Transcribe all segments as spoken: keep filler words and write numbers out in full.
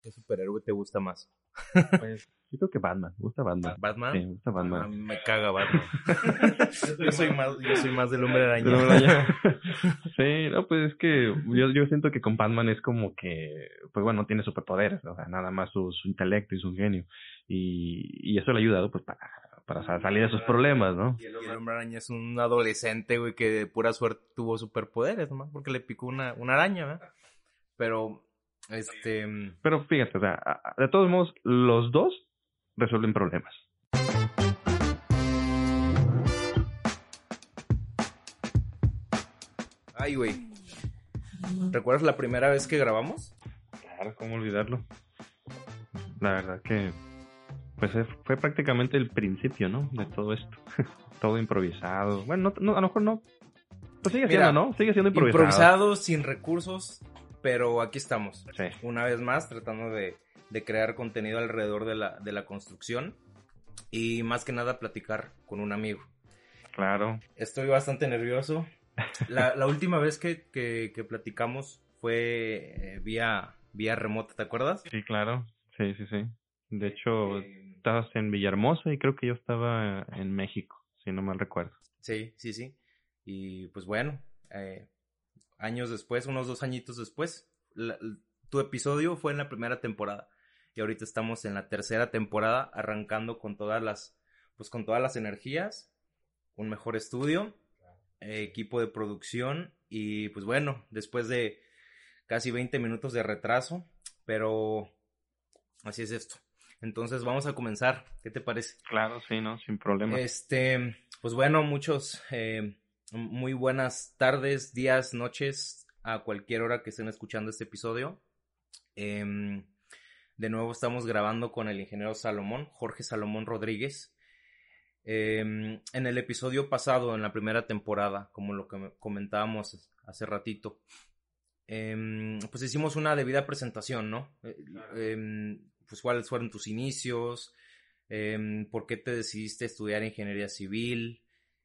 ¿Qué superhéroe te gusta más? Pues yo creo que Batman, me gusta Batman. ¿Batman? Sí, me gusta Batman. A mí me caga Batman. yo, soy más, yo soy más del Hombre Araña. Del Hombre Araña. Sí, no, pues es que yo, yo siento que con Batman es como que, pues bueno, tiene superpoderes, ¿no? O sea, nada más su, su intelecto y su genio. Y, y eso le ha ayudado, pues, para, para salir de esos problemas, ¿no? Y el Hombre Araña es un adolescente, güey, que de pura suerte tuvo superpoderes, nomás, porque le picó una, una araña, ¿verdad? Pero, este... Pero fíjate, o sea, de todos modos, los dos resuelven problemas. Ay, güey. ¿Recuerdas la primera vez que grabamos? Claro, ¿cómo olvidarlo? La verdad que pues fue prácticamente el principio, ¿no? De todo esto. Todo improvisado. Bueno, no, no, a lo mejor no. Pues sigue Mira, siendo, ¿no? Sigue siendo improvisado. Improvisado, sin recursos, pero aquí estamos. Sí. Una vez más, tratando de, de crear contenido alrededor de la, de la construcción. Y más que nada platicar con un amigo. Claro. Estoy bastante nervioso. La, la última vez que, que, que platicamos fue eh, vía, vía remota, ¿te acuerdas? Sí, claro. Sí, sí, sí. De hecho, eh, estabas en Villahermosa y creo que yo estaba en México, si no mal recuerdo. Sí, sí, sí. Y pues bueno, eh, años después, unos dos añitos después, la, tu episodio fue en la primera temporada. Y ahorita estamos en la tercera temporada, arrancando con todas las, pues con todas las energías, un mejor estudio, eh, equipo de producción y pues bueno, después de casi veinte minutos de retraso, pero así es esto. Entonces vamos a comenzar, ¿qué te parece? Claro, sí, no, sin problema. Este, pues bueno, muchos, eh, muy buenas tardes, días, noches, a cualquier hora que estén escuchando este episodio. Eh, de nuevo estamos grabando con el ingeniero Salomón, Jorge Salomón Rodríguez. Eh, en el episodio pasado, en la primera temporada, como lo que comentábamos hace ratito, eh, pues hicimos una debida presentación, ¿no? Eh, eh, pues cuáles fueron tus inicios, eh, por qué te decidiste estudiar ingeniería civil,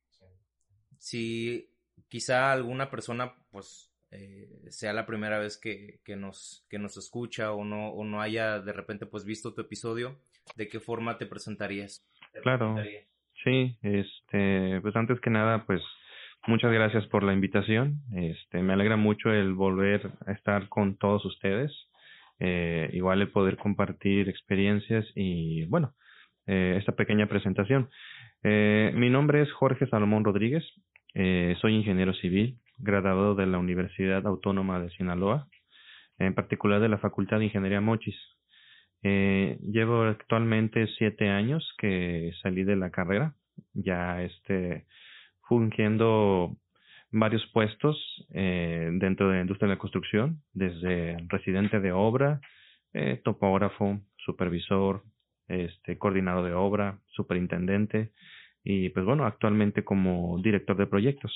si quizá alguna persona, pues, eh, sea la primera vez que, que nos que nos escucha o no o no haya de repente pues visto tu episodio, ¿de qué forma te presentarías? ¿Te claro, presentarías? Sí, este, pues antes que nada, pues muchas gracias por la invitación. Este, me alegra mucho el volver a estar con todos ustedes. Eh, igual el poder compartir experiencias y bueno, eh, esta pequeña presentación. Eh, mi nombre es Jorge Salomón Rodríguez. Eh, soy ingeniero civil, graduado de la Universidad Autónoma de Sinaloa, en particular de la Facultad de Ingeniería Mochis. Eh, llevo actualmente siete años que salí de la carrera, ya este, fungiendo varios puestos eh, dentro de la industria de la construcción, desde residente de obra, eh, topógrafo, supervisor, este, coordinador de obra, superintendente y pues bueno, actualmente como director de proyectos,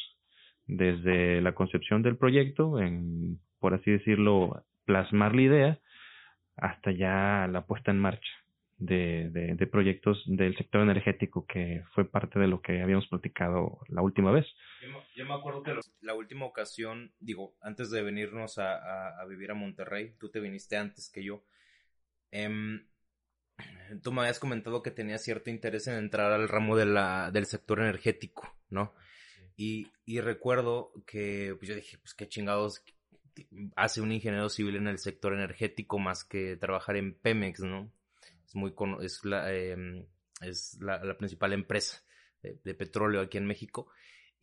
desde la concepción del proyecto, en, por así decirlo, plasmar la idea, hasta ya la puesta en marcha de, de, de proyectos del sector energético, que fue parte de lo que habíamos platicado la última vez. Yo, yo me acuerdo que la última ocasión, digo, antes de venirnos a, a, a vivir a Monterrey, tú te viniste antes que yo, eh, tú me habías comentado que tenías cierto interés en entrar al ramo de la, del sector energético, ¿no? Y, y recuerdo que pues yo dije, pues qué chingados hace un ingeniero civil en el sector energético más que trabajar en Pemex, ¿no? Es muy es la eh, es la, la principal empresa de, de petróleo aquí en México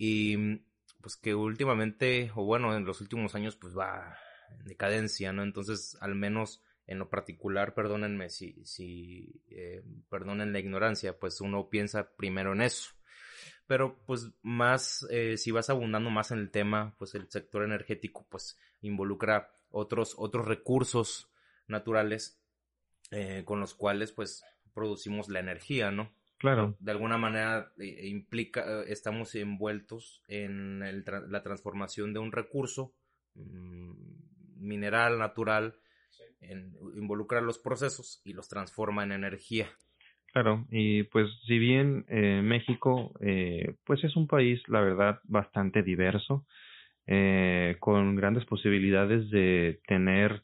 y pues que últimamente o bueno en los últimos años pues va en decadencia, ¿no? Entonces al menos en lo particular, perdónenme si si eh, perdonen la ignorancia, pues uno piensa primero en eso. Pero pues más, eh, si vas abundando más en el tema, pues el sector energético pues involucra otros, otros recursos naturales eh, con los cuales pues producimos la energía, ¿no? Claro. De alguna manera eh, implica, eh, estamos envueltos en el tra- la transformación de un recurso mmm, mineral, natural, en, involucra los procesos y los transforma en energía. Claro, y pues si bien eh, México eh, pues es un país, la verdad, bastante diverso, eh, con grandes posibilidades de tener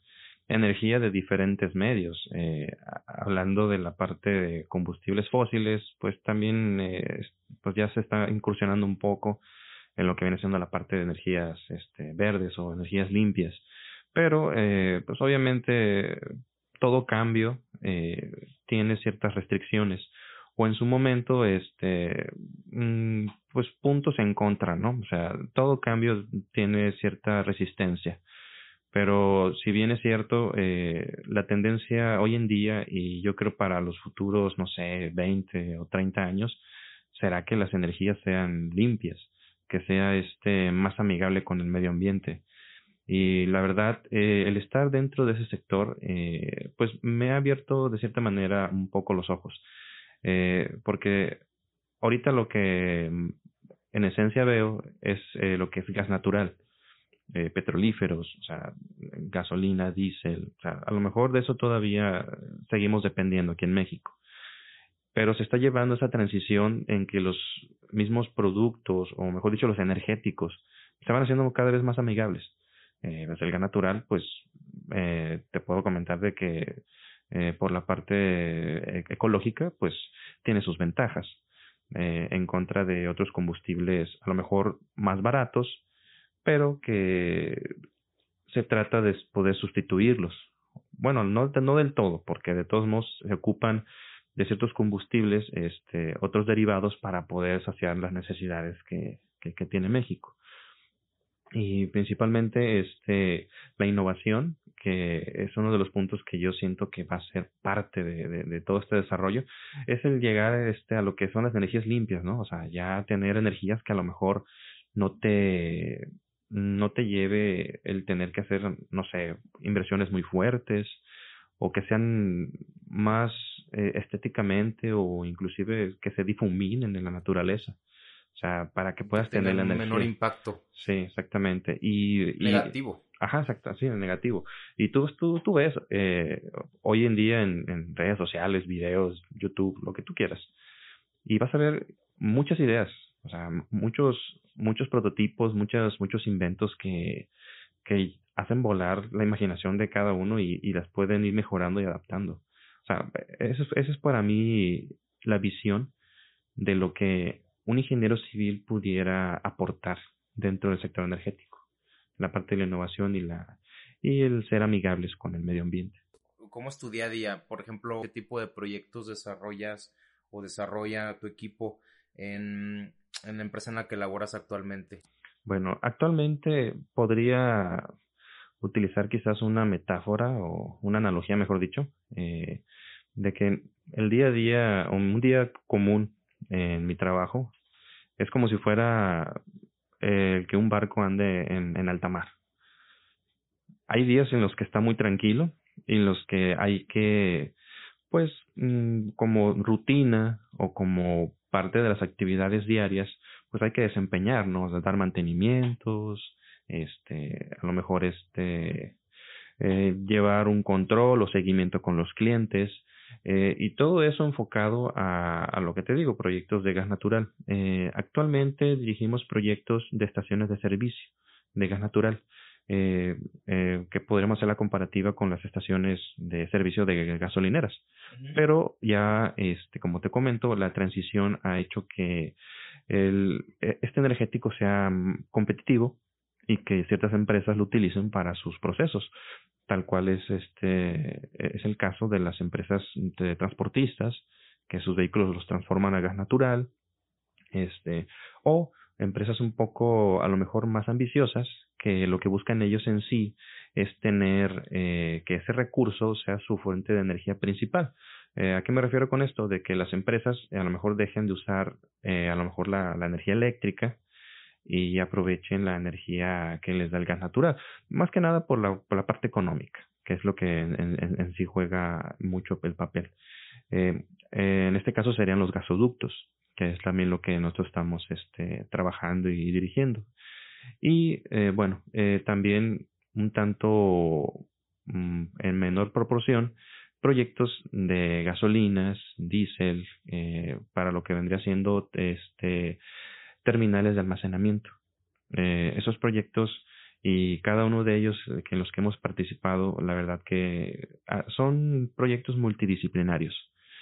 energía de diferentes medios. Eh, hablando de la parte de combustibles fósiles, pues también eh, pues ya se está incursionando un poco en lo que viene siendo la parte de energías este, verdes o energías limpias. Pero, eh, pues obviamente, todo cambio eh, tiene ciertas restricciones o en su momento, este, mm, pues puntos en contra, ¿no? O sea, todo cambio tiene cierta resistencia. Pero si bien es cierto, eh, la tendencia hoy en día, y yo creo para los futuros, no sé, veinte o treinta años, será que las energías sean limpias, que sea este más amigable con el medio ambiente. Y la verdad, eh, el estar dentro de ese sector, eh, pues me ha abierto de cierta manera un poco los ojos. Eh, porque ahorita lo que mm, en esencia veo es eh, lo que es gas natural, eh, petrolíferos, o sea, gasolina, diésel, o sea, a lo mejor de eso todavía seguimos dependiendo aquí en México. Pero se está llevando esa transición en que los mismos productos, o mejor dicho, los energéticos, se van haciendo cada vez más amigables. Eh, pues el gas natural, pues eh, te puedo comentar de que eh, por la parte eh, ecológica, pues tiene sus ventajas eh, en contra de otros combustibles a lo mejor más baratos, pero que se trata de poder sustituirlos. Bueno, no, no del todo, porque de todos modos se ocupan de ciertos combustibles, este, otros derivados para poder saciar las necesidades que, que, que tiene México. Y principalmente este, la innovación, que es uno de los puntos que yo siento que va a ser parte de, de, de todo este desarrollo, es el llegar este, a lo que son las energías limpias, ¿no? O sea, ya tener energías que a lo mejor no te, no te lleve el tener que hacer, no sé, inversiones muy fuertes o que sean más eh, estéticamente o inclusive que se difuminen en la naturaleza. O sea, para que Que puedas tener tengan la un menor energía. impacto Sí, exactamente. Y, y negativo. ajá, exacto, sí, en negativo. Y tú, tú, tú ves eh, hoy en día en, en redes sociales, videos, YouTube, lo que tú quieras, y vas a ver muchas ideas, o sea, muchos, muchos prototipos, muchos, muchos inventos que, que hacen volar la imaginación de cada uno y, y las pueden ir mejorando y adaptando. O sea, eso, es- eso es para mí la visión de lo que un ingeniero civil pudiera aportar dentro del sector energético, la parte de la innovación y la y el ser amigables con el medio ambiente. ¿Cómo es tu día a día? Por ejemplo, ¿qué tipo de proyectos desarrollas o desarrolla tu equipo en, en la empresa en la que laboras actualmente? Bueno, actualmente podría utilizar quizás una metáfora o una analogía, mejor dicho, eh, de que el día a día, o un día común en mi trabajo, es como si fuera eh, que un barco ande en, en alta mar. Hay días en los que está muy tranquilo y en los que hay que, pues, mm, como rutina o como parte de las actividades diarias, pues hay que desempeñarnos, dar mantenimientos, este, a lo mejor este, eh, llevar un control o seguimiento con los clientes, eh, y todo eso enfocado a, a lo que te digo, proyectos de gas natural. Eh, actualmente dirigimos proyectos de estaciones de servicio de gas natural, eh, eh, que podremos hacer la comparativa con las estaciones de servicio de gasolineras. Ujú. Pero ya, este, como te comento, la transición ha hecho que el, e- este energético sea mm, competitivo y que ciertas empresas lo utilicen para sus procesos, tal cual es este es el caso de las empresas de transportistas que sus vehículos los transforman a gas natural, este o empresas un poco a lo mejor más ambiciosas que lo que buscan ellos en sí es tener eh, que ese recurso sea su fuente de energía principal. Eh, ¿A qué me refiero con esto? De que las empresas eh, a lo mejor dejen de usar eh, a lo mejor la, la energía eléctrica y aprovechen la energía que les da el gas natural. Más que nada por la, por la parte económica, que es lo que en, en, en sí juega mucho el papel. Eh, eh, en este caso serían los gasoductos, que es también lo que nosotros estamos este, trabajando y dirigiendo. Y eh, bueno, eh, también un tanto mm, en menor proporción, proyectos de gasolinas, diésel, eh, para lo que vendría siendo este terminales de almacenamiento. Eh, esos proyectos Y cada uno de ellos eh, que en los que hemos participado, la verdad que ah, son proyectos multidisciplinarios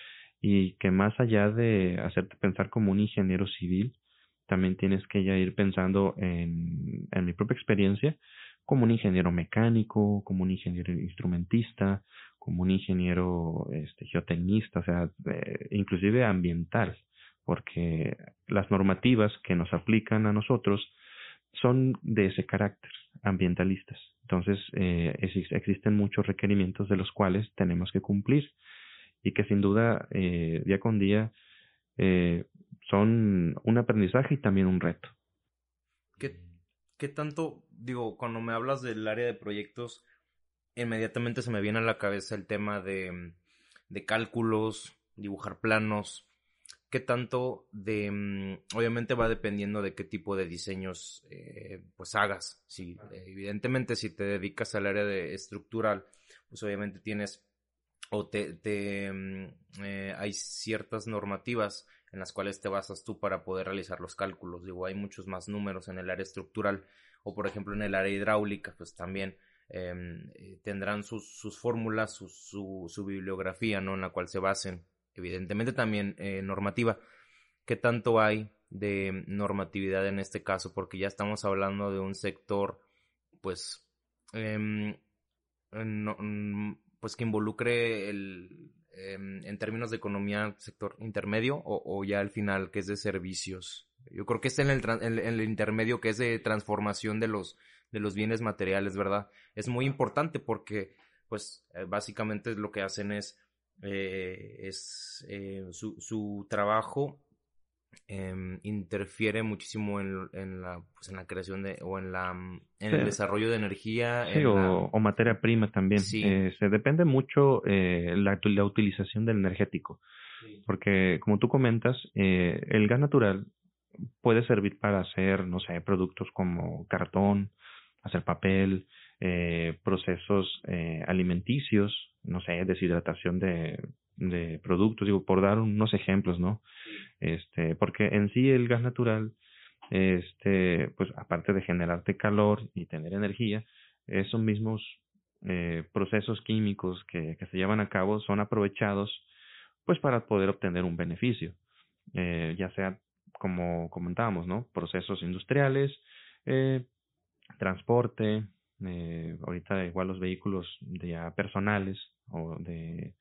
y que más allá de hacerte pensar como un ingeniero civil, también tienes que ya ir pensando en, en mi propia experiencia como un ingeniero mecánico, como un ingeniero instrumentista, como un ingeniero este, geotecnista, o sea, eh, inclusive ambiental, porque las normativas que nos aplican a nosotros son de ese carácter, ambientalistas. Entonces, eh, es, existen muchos requerimientos de los cuales tenemos que cumplir y que sin duda, eh, día con día, eh, son un aprendizaje y también un reto. ¿Qué, qué tanto, digo, cuando me hablas del área de proyectos, inmediatamente se me viene a la cabeza el tema de, de cálculos, dibujar planos? ¿Qué tanto de, obviamente va dependiendo de qué tipo de diseños eh, pues hagas? Si, evidentemente si te dedicas al área de estructural, pues obviamente tienes o te, te eh, hay ciertas normativas en las cuales te basas tú para poder realizar los cálculos. Digo, hay muchos más números en el área estructural, o por ejemplo en el área hidráulica, pues también eh, tendrán sus, sus fórmulas, su, su, su bibliografía, ¿no? En la cual se basen. Evidentemente también eh, normativa. ¿Qué tanto hay de normatividad en este caso? Porque ya estamos hablando de un sector, pues, eh, no, pues que involucre el, eh, en términos de economía, sector intermedio, o, o ya al final que es de servicios. Yo creo que es en el, en el intermedio, que es de transformación de los, de los bienes materiales, ¿verdad? Es muy importante porque, pues, eh, básicamente lo que hacen es Eh, es eh, su, su trabajo eh, interfiere muchísimo en, en la pues en la creación de o en la en Sí, el desarrollo de energía sí en o, la o materia prima también. sí Eh, se depende mucho eh, la, la utilización del energético, sí. porque como tú comentas, eh, el gas natural puede servir para hacer, no sé, productos como cartón, hacer papel, eh, procesos eh, alimenticios, no sé, deshidratación de, de productos, digo, por dar unos ejemplos, ¿no? Este, porque en sí el gas natural, este, pues aparte de generarte calor y tener energía, esos mismos eh, procesos químicos que, que se llevan a cabo son aprovechados, pues para poder obtener un beneficio, eh, ya sea como comentábamos, ¿no? Procesos industriales, eh, transporte, eh, ahorita igual los vehículos de ya personales o de,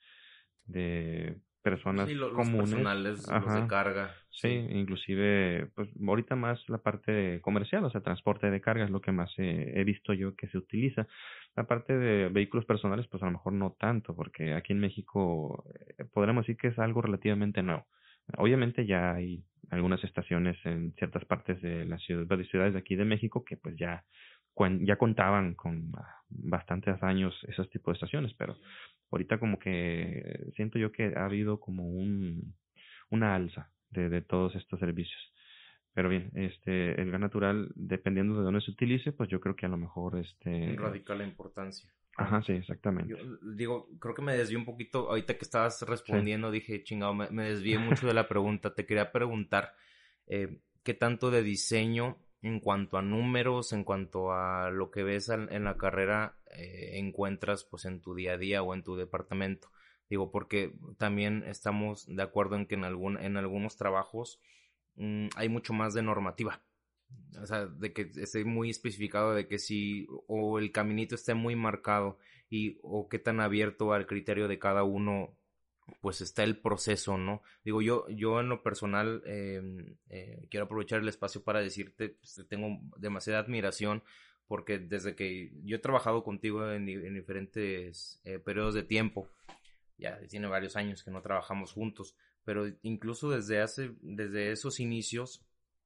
de personas Sí, lo- los comunes, personales, los de ajá, carga, sí, sí. inclusive, pues ahorita más la parte comercial, o sea, transporte de carga es lo que más eh, he visto yo que se utiliza. La parte de vehículos personales, pues a lo mejor no tanto, porque aquí en México eh, podríamos decir que es algo relativamente nuevo. Obviamente ya hay algunas estaciones en ciertas partes de las ciudades, de ciudades de aquí de México que pues ya, cuen- ya contaban con ah, bastantes años esos tipos de estaciones, pero ahorita como que siento yo que ha habido como un, una alza de, de todos estos servicios. Pero bien, este, el gas natural, dependiendo de dónde se utilice, pues yo creo que a lo mejor este, Radical la importancia. ajá, sí, Yo exactamente. digo, creo que me desvié un poquito, ahorita que estabas Sí. respondiendo, dije, chingado, me, me desvié mucho de la pregunta. Te quería preguntar, eh, ¿qué tanto de diseño en cuanto a números, en cuanto a lo que ves al- en la carrera, eh, encuentras pues en tu día a día o en tu departamento? Digo, porque también estamos de acuerdo en que en algún, en algunos trabajos mm, hay mucho más de normativa. O sea, de que esté muy especificado, de que si o el caminito esté muy marcado y o qué tan abierto al criterio de cada uno pues está el proceso, ¿no? Digo, yo yo en lo personal eh, eh, quiero aprovechar el espacio para decirte, pues, te tengo demasiada admiración porque desde que yo he trabajado contigo en, en diferentes eh, periodos de tiempo, ya tiene varios años que no trabajamos juntos, pero incluso desde hace, desde esos inicios,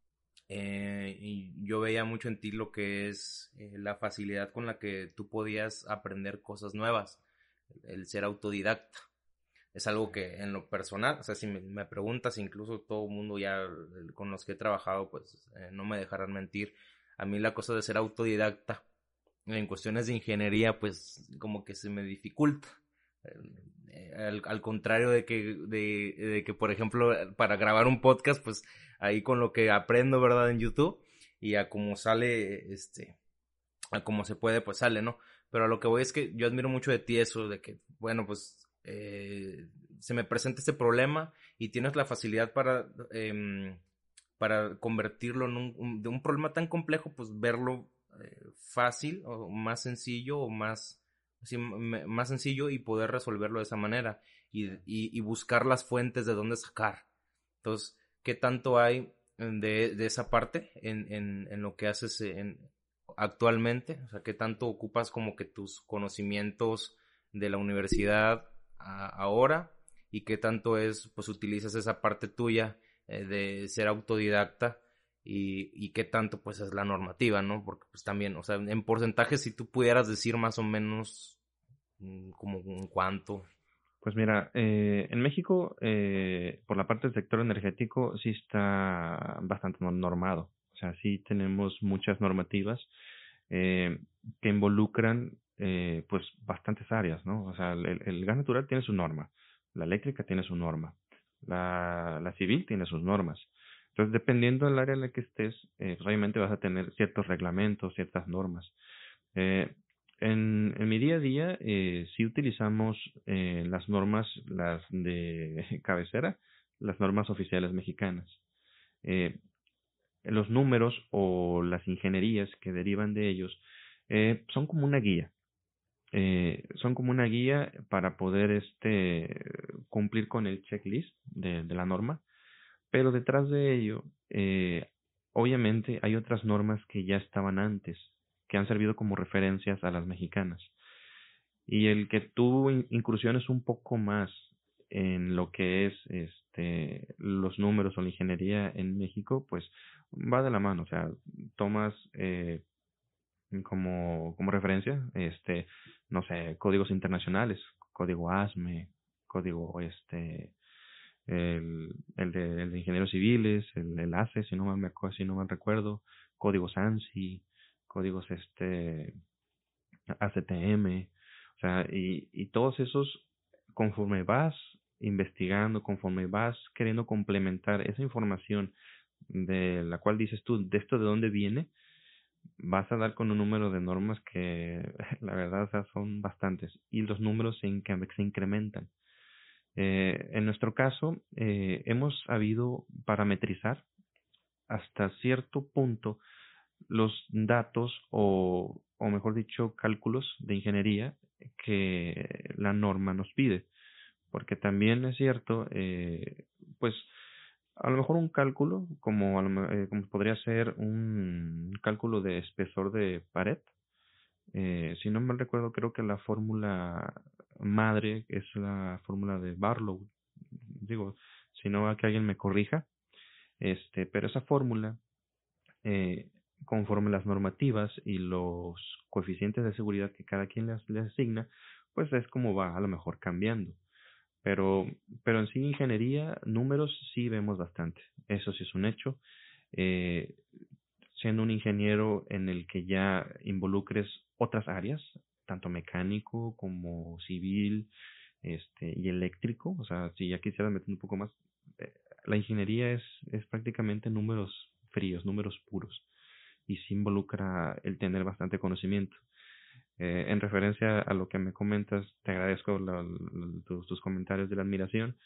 eh, y yo veía mucho en ti lo que es eh, la facilidad con la que tú podías aprender cosas nuevas, el ser autodidacta. Es algo que en lo personal, o sea, si me, me preguntas, incluso todo el mundo ya eh, con los que he trabajado, pues eh, no me dejarán mentir. A mí la cosa de ser autodidacta en cuestiones de ingeniería, pues como que se me dificulta. Eh, al, al contrario de que, de, de que, por ejemplo, para grabar un podcast, pues ahí con lo que aprendo, ¿verdad? En YouTube y a cómo sale, este, a como se puede, pues sale, ¿no? Pero a lo que voy es que yo admiro mucho de ti eso, de que, bueno, pues eh, se me presenta este problema y tienes la facilidad para, eh, para convertirlo en un, un, de un problema tan complejo, pues verlo eh, fácil o más sencillo o más, así, m- más sencillo y poder resolverlo de esa manera y, y, y buscar las fuentes de dónde sacar. Entonces, ¿qué tanto hay de, de esa parte en, en, en lo que haces en, actualmente? O sea, ¿qué tanto ocupas como que tus conocimientos de la universidad a, ahora? ¿Y qué tanto es, pues, utilizas esa parte tuya eh, de ser autodidacta? Y, y qué tanto, pues, es la normativa, ¿no? Porque, pues, también, o sea, en porcentaje, si tú pudieras decir más o menos mm, como un cuánto. Pues mira, eh, en México, eh, por la parte del sector energético, sí está bastante no- normado. O sea, sí tenemos muchas normativas eh, que involucran eh, pues bastantes áreas, ¿no? O sea, el, el gas natural tiene su norma, la eléctrica tiene su norma, la, la civil tiene sus normas. Entonces, dependiendo del área en la que estés, eh, pues obviamente vas a tener ciertos reglamentos, ciertas normas. Eh, en, en mi día a día, eh, sí utilizamos eh, las normas, las de cabecera, las normas oficiales mexicanas. Eh, los números o las ingenierías que derivan de ellos eh, son como una guía. Eh, son como una guía para poder este cumplir con el checklist de, de la norma, pero detrás de ello, eh, obviamente hay otras normas que ya estaban antes, que han servido como referencias a las mexicanas. Y el que tú in- incursiones un poco más en lo que es este los números o la ingeniería en México, pues va de la mano. O sea, tomas eh, como, como referencia, este, no sé, códigos internacionales, código ASME, código este el, el, de, el de ingenieros civiles, el, el ACE, si no mal me acu- si no mal recuerdo, códigos ANSI, códigos este A C T M, o sea, y, y todos esos, conforme vas investigando, conforme vas queriendo complementar esa información de la cual dices tú, de esto de dónde viene, vas a dar con un número de normas que la verdad, o sea, son bastantes y los números se, incre- se incrementan. Eh, en nuestro caso, eh, hemos sabido parametrizar hasta cierto punto los datos o, o mejor dicho, cálculos de ingeniería que la norma nos pide. Porque también es cierto, eh, pues a lo mejor un cálculo, como, a lo me- eh, como podría ser un cálculo de espesor de pared, eh, si no me recuerdo, creo que la fórmula madre es la fórmula de Barlow. Digo, si no, a que alguien me corrija. Este, pero esa fórmula, eh, conforme las normativas y los coeficientes de seguridad que cada quien les, les asigna, pues es como va a lo mejor cambiando. Pero, pero en sí, ingeniería, números sí vemos bastante. Eso sí es un hecho. Eh, siendo un ingeniero en el que ya involucres otras áreas, tanto mecánico como civil, este, y eléctrico, o sea, si ya quisieras meter un poco más, eh, la ingeniería es, es prácticamente números fríos, números puros, y sí involucra el tener bastante conocimiento. Eh, en referencia a lo que me comentas, te agradezco la- la- tus, tus comentarios de la admiración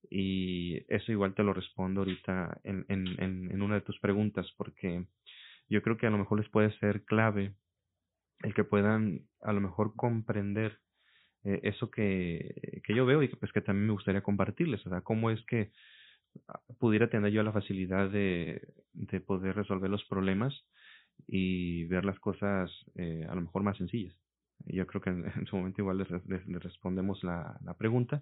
y eso igual te lo respondo ahorita en, en, en, en una de tus preguntas, porque yo creo que a lo mejor les puede ser clave el que puedan a lo mejor comprender eh, eso que, que yo veo y que pues que también me gustaría compartirles, o sea, cómo es que ah, pudiera tener yo la facilidad de, de poder resolver los problemas y ver las cosas eh, a lo mejor más sencillas. Yo creo que en, en su momento igual les, les, les respondemos la, la pregunta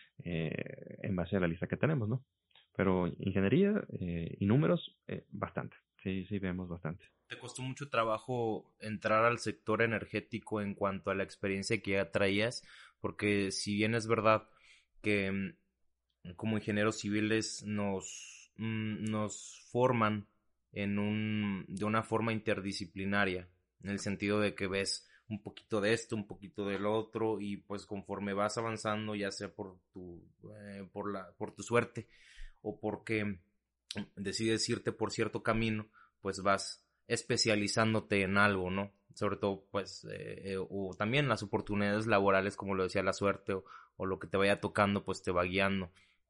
eh, en base a la lista que tenemos, ¿no? Pero ingeniería eh, y números, eh, bastante. Sí, sí, vemos bastante. ¿Te costó mucho trabajo entrar al sector energético en cuanto a la experiencia que ya traías? Porque si bien es verdad que mm, como ingenieros civiles nos, mm, nos forman en un, de una forma interdisciplinaria, en el sentido de que ves un poquito de esto, un poquito del otro, y pues conforme vas avanzando, ya sea por tu, eh, por la, por tu suerte o porque decides irte por cierto camino, pues vas especializándote en algo, ¿no? Sobre todo, pues, eh, eh, o también las oportunidades laborales, como lo decía, la suerte o, o lo que te vaya tocando, pues te va guiando.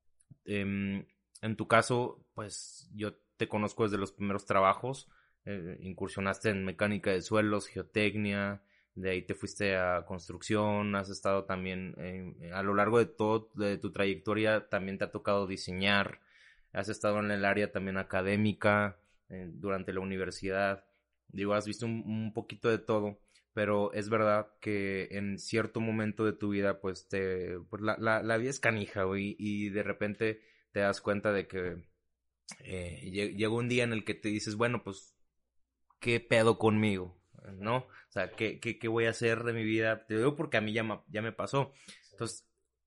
Eh, en tu caso, pues yo te conozco desde los primeros trabajos, eh, incursionaste en mecánica de suelos, geotecnia, de ahí te fuiste a construcción, has estado también, eh, a lo largo de todo, de tu trayectoria, también te ha tocado diseñar, has estado en el área también académica, eh, durante la universidad, digo, has visto un, un poquito de todo, pero es verdad que en cierto momento de tu vida, pues, te, pues la, la, la vida es canija, güey, y de repente te das cuenta de que eh, llegó un día en el que te dices, bueno, pues, ¿qué pedo conmigo? ¿No? O sea, ¿qué, qué, qué voy a hacer de mi vida? Te digo porque a mí ya me, ya me pasó. Entonces,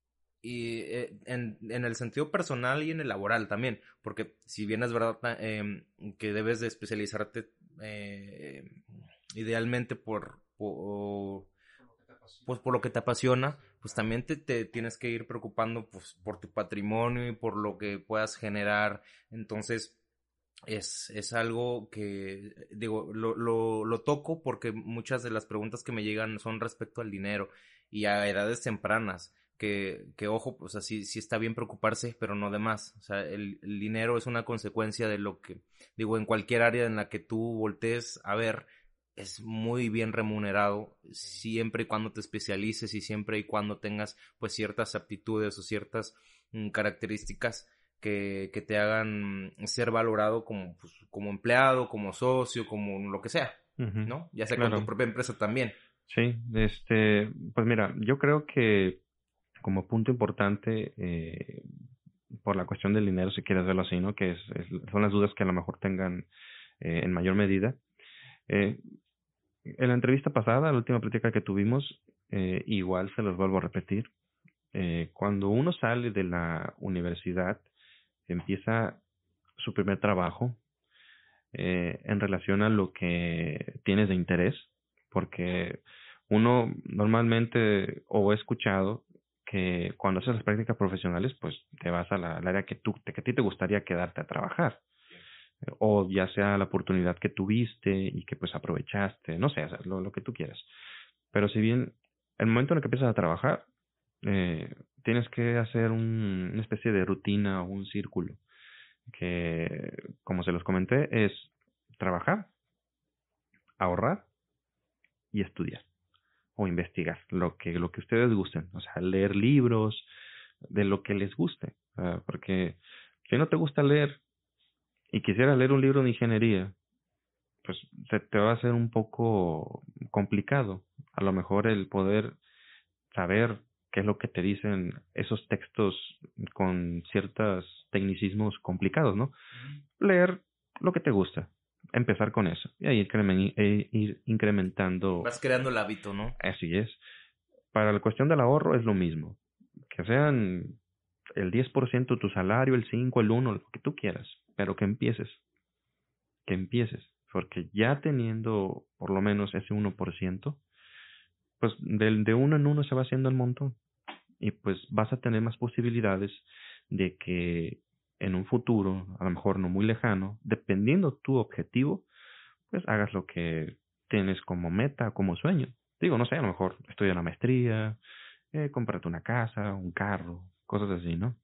y eh, en, en el sentido personal y en el laboral también, porque si bien es verdad eh, que debes de especializarte eh, idealmente por, por pues por lo que te apasiona, pues también te, te tienes que ir preocupando pues por tu patrimonio y por lo que puedas generar. Entonces es, es algo que, digo, lo, lo, lo toco porque muchas de las preguntas que me llegan son respecto al dinero y a edades tempranas. Que, que ojo, pues así sí está bien preocuparse, pero no de más. O sea, el, el dinero es una consecuencia de lo que, digo, en cualquier área en la que tú voltees a ver, es muy bien remunerado siempre y cuando te especialices y siempre y cuando tengas pues ciertas aptitudes o ciertas mm, características que, que te hagan ser valorado como, pues, como empleado, como socio, como lo que sea, Uh-huh. ¿no? Ya sea con tu Claro. propia empresa también. Sí, este, pues mira, yo creo que como punto importante, eh, por la cuestión del dinero, si quieres verlo así, ¿no? Que es, es- son las dudas que a lo mejor tengan eh, en mayor medida. Eh, en la entrevista pasada, la última plática que tuvimos, eh, igual se los vuelvo a repetir. Eh, cuando uno sale de la universidad, empieza su primer trabajo eh, en relación a lo que tienes de interés, porque uno normalmente, o he escuchado, que cuando haces las prácticas profesionales, pues te vas a la, al área que tú, que a ti te gustaría quedarte a trabajar, o ya sea la oportunidad que tuviste y que pues aprovechaste, no sé, o sea, lo, lo que tú quieras. Pero si bien el momento en el que empiezas a trabajar, eh, tienes que hacer un, una especie de rutina o un círculo que, como se los comenté, es trabajar, ahorrar y estudiar o investigar lo que lo que ustedes gusten, o sea, leer libros de lo que les guste, uh, porque si no te gusta leer y quisieras leer un libro de ingeniería, pues se te va a hacer un poco complicado, a lo mejor el poder saber qué es lo que te dicen esos textos con ciertos tecnicismos complicados, ¿no? Leer lo que te gusta, empezar con eso y ahí incremen- e ir incrementando. Vas creando el hábito, ¿no? Así es. Para la cuestión del ahorro es lo mismo, que sean el diez por ciento de tu salario, el cinco, el uno, lo que tú quieras, pero que empieces, que empieces, porque ya teniendo por lo menos ese uno por ciento, pues del de uno en uno se va haciendo el montón y pues vas a tener más posibilidades de que en un futuro, a lo mejor no muy lejano, dependiendo tu objetivo, pues hagas lo que tienes como meta, como sueño. Digo, no sé, a lo mejor estudia una maestría, eh, cómprate una casa, un carro, cosas así, ¿no?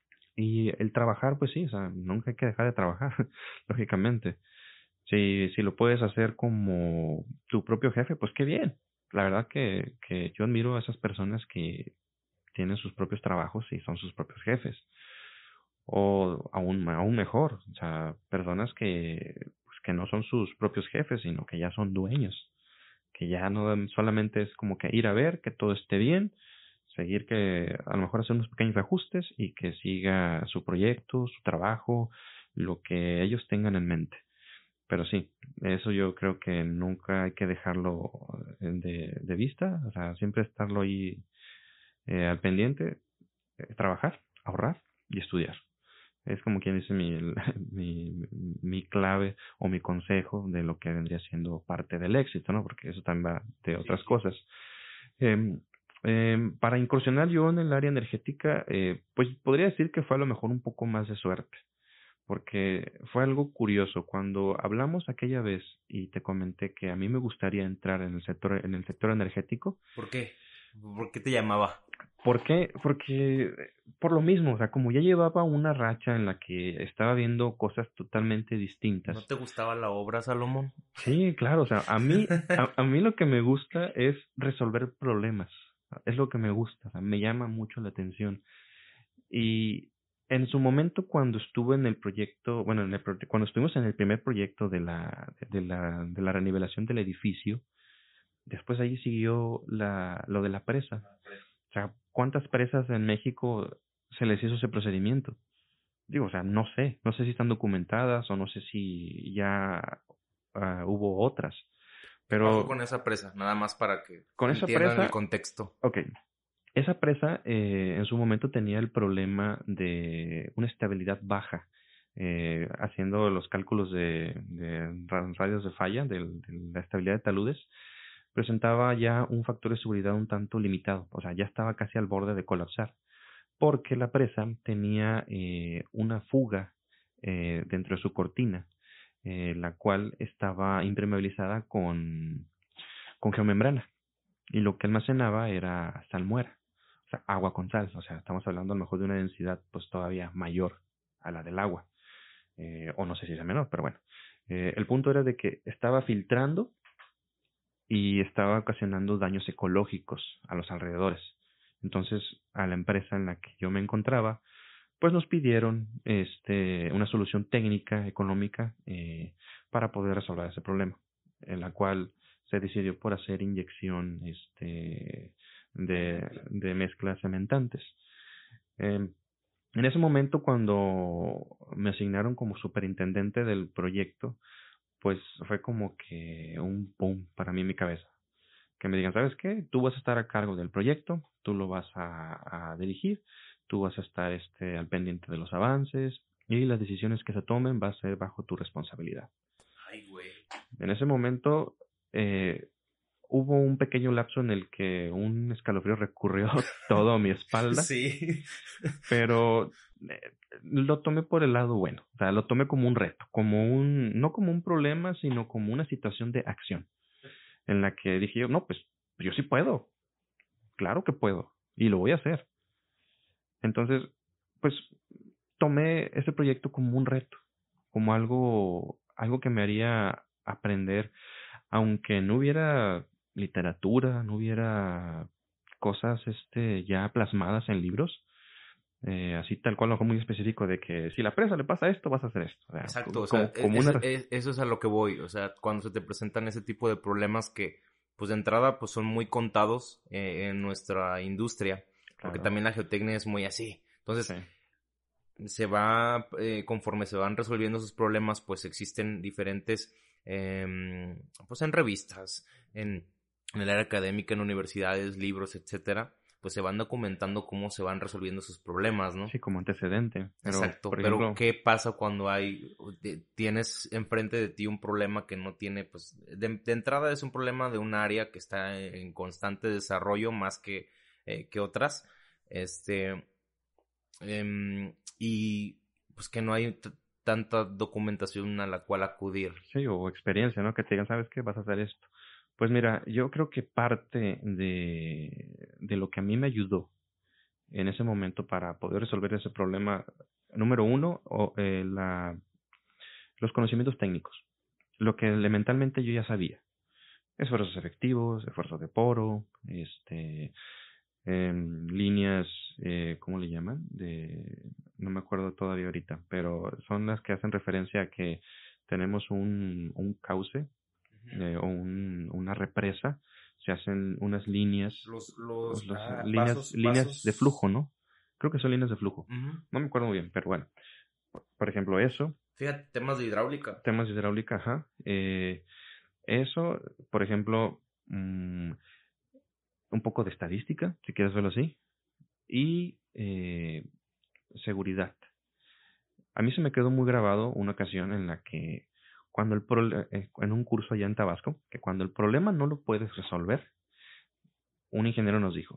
Y el trabajar, pues sí, o sea, nunca hay que dejar de trabajar, lógicamente. Si, si lo puedes hacer como tu propio jefe, pues qué bien. La verdad que, que yo admiro a esas personas que tienen sus propios trabajos y son sus propios jefes. O aún, aún mejor, o sea, personas que, pues, que no son sus propios jefes, sino que ya son dueños. Que ya no solamente es como que ir a ver que todo esté bien, seguir que a lo mejor hacer unos pequeños ajustes y que siga su proyecto, su trabajo, lo que ellos tengan en mente. Pero sí, eso yo creo que nunca hay que dejarlo de, de vista, o sea, siempre estarlo ahí eh, al pendiente, eh, trabajar, ahorrar y estudiar. Es como quien dice mi, mi, mi clave o mi consejo de lo que vendría siendo parte del éxito, ¿no? Porque eso también va de otras sí, sí. cosas. Eh, eh, para incursionar yo en el área energética, eh, pues podría decir que fue a lo mejor un poco más de suerte, porque fue algo curioso. Cuando hablamos aquella vez y te comenté que a mí me gustaría entrar en el sector, en el sector energético. ¿Por qué? ¿Por qué te llamaba? ¿Por qué? Porque por lo mismo, o sea, como ya llevaba una racha en la que estaba viendo cosas totalmente distintas. ¿No te gustaba la obra, Salomón? Sí, claro, o sea, a mí, a, a mí lo que me gusta es resolver problemas. Es lo que me gusta, o sea, me llama mucho la atención. Y en su momento, cuando estuve en el proyecto, bueno, en el proye- cuando estuvimos en el primer proyecto de la, de la, de la renivelación del edificio, después ahí siguió la, lo de la presa. O sea, ¿cuántas presas en México se les hizo ese procedimiento? Digo, o sea, no sé, no sé si están documentadas o no sé si ya ah, hubo otras, ¿Qué pasó pero con esa presa? Nada más para que con esa entiendan el presa, contexto. ok, esa presa eh, en su momento tenía el problema de una estabilidad baja. Eh, haciendo los cálculos de, de ra- radios de falla, del- de, la estabilidad de taludes, presentaba ya un factor de seguridad un tanto limitado, o sea, ya estaba casi al borde de colapsar, porque la presa tenía eh, una fuga eh, dentro de su cortina, eh, la cual estaba impermeabilizada con, con geomembrana, y lo que almacenaba era salmuera, o sea, agua con sal, o sea, estamos hablando a lo mejor de una densidad pues todavía mayor a la del agua, eh, o no sé si es menor, pero bueno. Eh, el punto era de que estaba filtrando y estaba ocasionando daños ecológicos a los alrededores. Entonces, a la empresa en la que yo me encontraba, pues nos pidieron este, una solución técnica, económica, eh, para poder resolver ese problema, en la cual se decidió por hacer inyección este, de, de mezclas cementantes. Eh, en ese momento, cuando me asignaron como superintendente del proyecto, pues fue como que un boom para mí en mi cabeza. Que me digan, ¿sabes qué? Tú vas a estar a cargo del proyecto, tú lo vas a, a dirigir, tú vas a estar este, al pendiente de los avances y las decisiones que se tomen va a ser bajo tu responsabilidad. Ay, güey. En ese momento eh, hubo un pequeño lapso en el que un escalofrío recurrió todo a mi espalda. Sí. Pero eh, lo tomé por el lado bueno, o sea, lo tomé como un reto, como un, no como un problema, sino como una situación de acción, en la que dije yo, no, pues yo sí puedo, claro que puedo, y lo voy a hacer. Entonces, pues tomé ese proyecto como un reto, como algo, algo que me haría aprender, aunque no hubiera literatura, no hubiera cosas este ya plasmadas en libros, eh, así tal cual, algo muy específico de que si la presa le pasa esto, vas a hacer esto. O sea, Exacto, o sea, como, e- como eso, una... e- eso es a lo que voy, o sea, cuando se te presentan ese tipo de problemas que, pues de entrada, pues son muy contados eh, en nuestra industria, porque Claro, también la geotecnia es muy así. sí, Entonces, se va, eh, conforme se van resolviendo esos problemas, pues existen diferentes, em, pues en revistas, en, en el área académica, en universidades, libros, etcétera, pues se van documentando cómo se van resolviendo esos problemas, ¿no? sí, como antecedente. Pero, Exacto, por pero ejemplo, ¿qué pasa cuando hay, de- tienes enfrente de ti un problema que no tiene, pues, de, de entrada es un problema de un área que está en constante desarrollo más que, eh, que otras, este, em, y pues que no hay t- tanta documentación a la cual acudir. sí, o experiencia, ¿no? Que te digan, ¿sabes qué? Vas a hacer esto. Pues mira, yo creo que parte de, de lo que a mí me ayudó en ese momento para poder resolver ese problema, número uno, o, eh, la, los conocimientos técnicos. Lo que elementalmente yo ya sabía. Esfuerzos efectivos, esfuerzos de poro, este, em, líneas, eh, ¿cómo le llaman? De, no me acuerdo todavía ahorita, pero son las que hacen referencia a que tenemos un, un cauce eh, o un, una represa, se hacen unas líneas, Los, los- los, los- ah, líneas, vasos, líneas de flujo, vasos. ¿no? Creo que son líneas de flujo. Ujú. No me acuerdo muy bien, pero bueno. Por ejemplo, eso, Fíjate, temas de hidráulica. temas de hidráulica, ajá. Eh, eso, por ejemplo, mm, un poco de estadística, si quieres verlo así, y eh, seguridad. A mí se me quedó muy grabado una ocasión en la que cuando el prole- eh, en un curso allá en Tabasco, que cuando el problema no lo puedes resolver, un ingeniero nos dijo,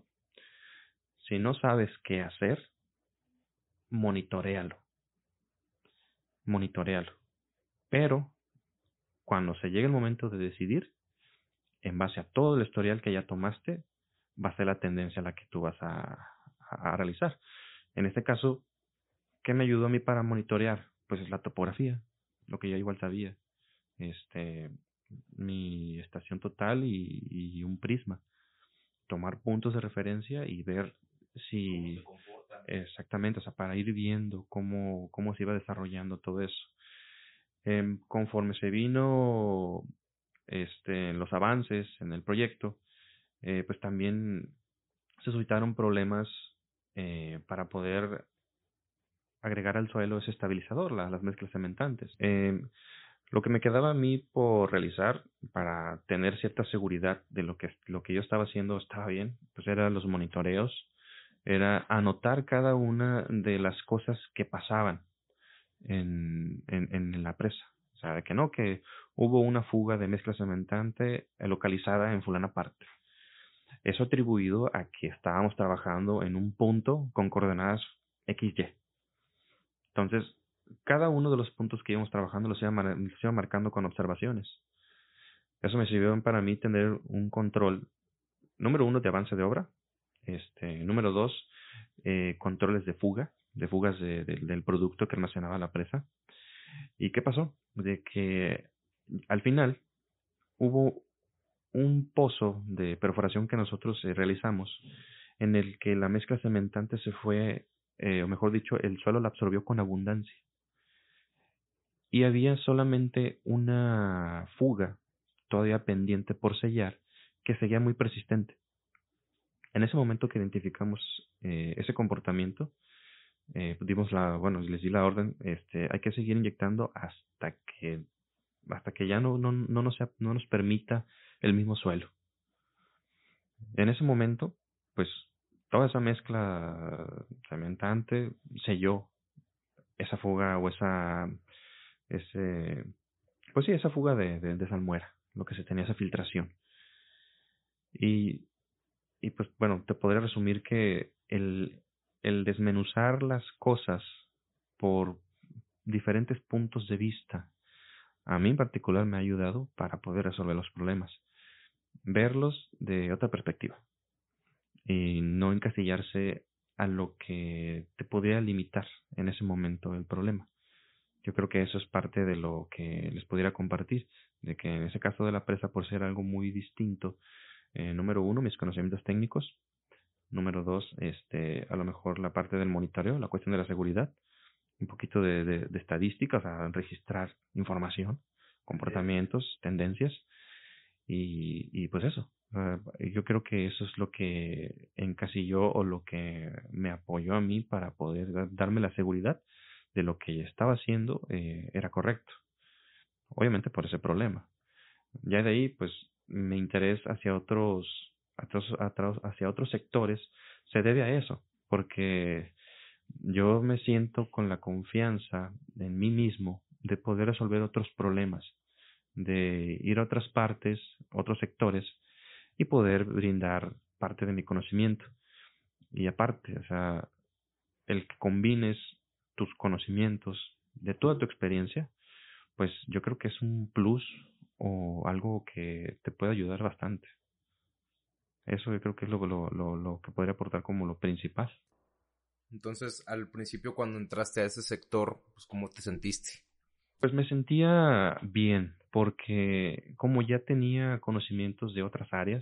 si no sabes qué hacer, monitoréalo. monitorealo. Pero cuando se llegue el momento de decidir, en base a todo el historial que ya tomaste, va a ser la tendencia a la que tú vas a, a, a realizar. En este caso, ¿qué me ayudó a mí para monitorear? Pues es la topografía, lo que yo igual sabía. Este, mi estación total y, y un prisma. Tomar puntos de referencia y ver si exactamente, o sea, para ir viendo cómo, cómo se iba desarrollando todo eso. Eh, conforme se vino este, los avances en el proyecto, eh, pues también se suscitaron problemas eh, para poder agregar al suelo ese estabilizador, la, las mezclas cementantes. Eh, lo que me quedaba a mí por realizar para tener cierta seguridad de lo que, lo que yo estaba haciendo estaba bien, pues eran los monitoreos, era anotar cada una de las cosas que pasaban en, en, en la presa. O sea, de que no, que hubo una fuga de mezcla cementante localizada en fulana parte. Eso atribuido a que estábamos trabajando en un punto con coordenadas equis ye. Entonces, cada uno de los puntos que íbamos trabajando los iba, mar los iba marcando con observaciones. Eso me sirvió para mí tener un control, número uno, de avance de obra. Este, número dos, eh, controles de fuga, de fugas de, de, del producto que almacenaba la presa. ¿Y qué pasó? De que al final hubo un pozo de perforación que nosotros eh, realizamos en el que la mezcla cementante se fue, eh, o mejor dicho, el suelo la absorbió con abundancia. Y había solamente una fuga todavía pendiente por sellar que seguía muy persistente. En ese momento que identificamos eh, ese comportamiento, eh, dimos la, bueno, les di la orden, este, hay que seguir inyectando hasta que, hasta que ya no, no, no, nos, no nos permita el mismo suelo. En ese momento, pues, toda esa mezcla cementante selló esa fuga o esa, ese, pues sí, esa fuga de, de, de salmuera, lo que se tenía, esa filtración. Y, y pues, bueno, te podría resumir que el, el desmenuzar las cosas por diferentes puntos de vista, a mí en particular me ha ayudado para poder resolver los problemas, verlos de otra perspectiva y no encasillarse a lo que te podría limitar en ese momento el problema. Yo creo que eso es parte de lo que les pudiera compartir, de que en ese caso de la presa, por ser algo muy distinto, eh, número uno, mis conocimientos técnicos, número dos, este, a lo mejor la parte del monitoreo, la cuestión de la seguridad, un poquito de, de, de estadística, o sea, registrar información, comportamientos, tendencias, y, y pues eso. Uh, yo creo que eso es lo que encasilló o lo que me apoyó a mí para poder da darme la seguridad de lo que estaba haciendo eh, era correcto. Obviamente por ese problema. Ya de ahí, pues, mi interés hacia otros, otros, hacia otros sectores se debe a eso, porque yo me siento con la confianza en mí mismo de poder resolver otros problemas, de ir a otras partes, otros sectores y poder brindar parte de mi conocimiento. Y aparte, o sea, el que combines tus conocimientos de toda tu experiencia, pues yo creo que es un plus o algo que te puede ayudar bastante. Eso yo creo que es lo, lo, lo, lo que podría aportar como lo principal. Entonces, al principio cuando entraste a ese sector, pues ¿cómo te sentiste? Pues me sentía bien, porque como ya tenía conocimientos de otras áreas,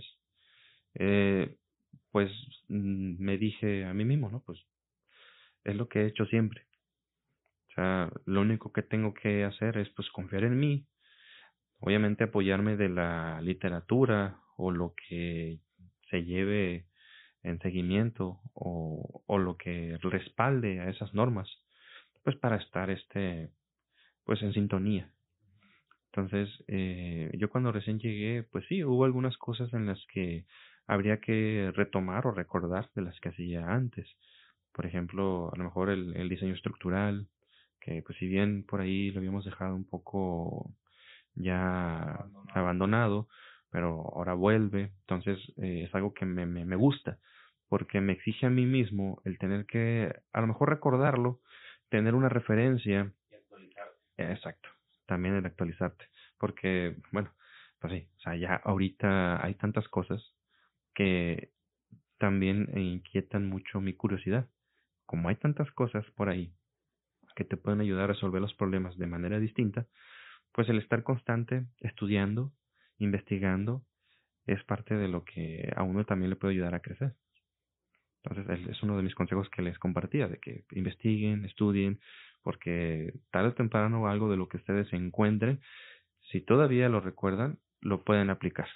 eh, pues mm, me dije a mí mismo, ¿no? Pues es lo que he hecho siempre. O sea, lo único que tengo que hacer es pues confiar en mí, obviamente apoyarme de la literatura o lo que se lleve en seguimiento o, o lo que respalde a esas normas, pues para estar este pues en sintonía. Entonces, eh, yo cuando recién llegué, pues sí, hubo algunas cosas en las que habría que retomar o recordar de las que hacía antes. Por ejemplo, a lo mejor el, el diseño estructural, que pues si bien por ahí lo habíamos dejado un poco ya abandonado, abandonado pero ahora vuelve. Entonces, eh, es algo que me, me, me gusta, porque me exige a mí mismo el tener que, a lo mejor recordarlo, tener una referencia Exacto, también el actualizarte, porque, bueno, pues sí, o sea, ya ahorita hay tantas cosas que también inquietan mucho mi curiosidad. Como hay tantas cosas por ahí que te pueden ayudar a resolver los problemas de manera distinta, pues el estar constante, estudiando, investigando, es parte de lo que a uno también le puede ayudar a crecer. Entonces, es uno de mis consejos que les compartía, de que investiguen, estudien, porque tarde o temprano algo de lo que ustedes encuentren, si todavía lo recuerdan, lo pueden aplicar.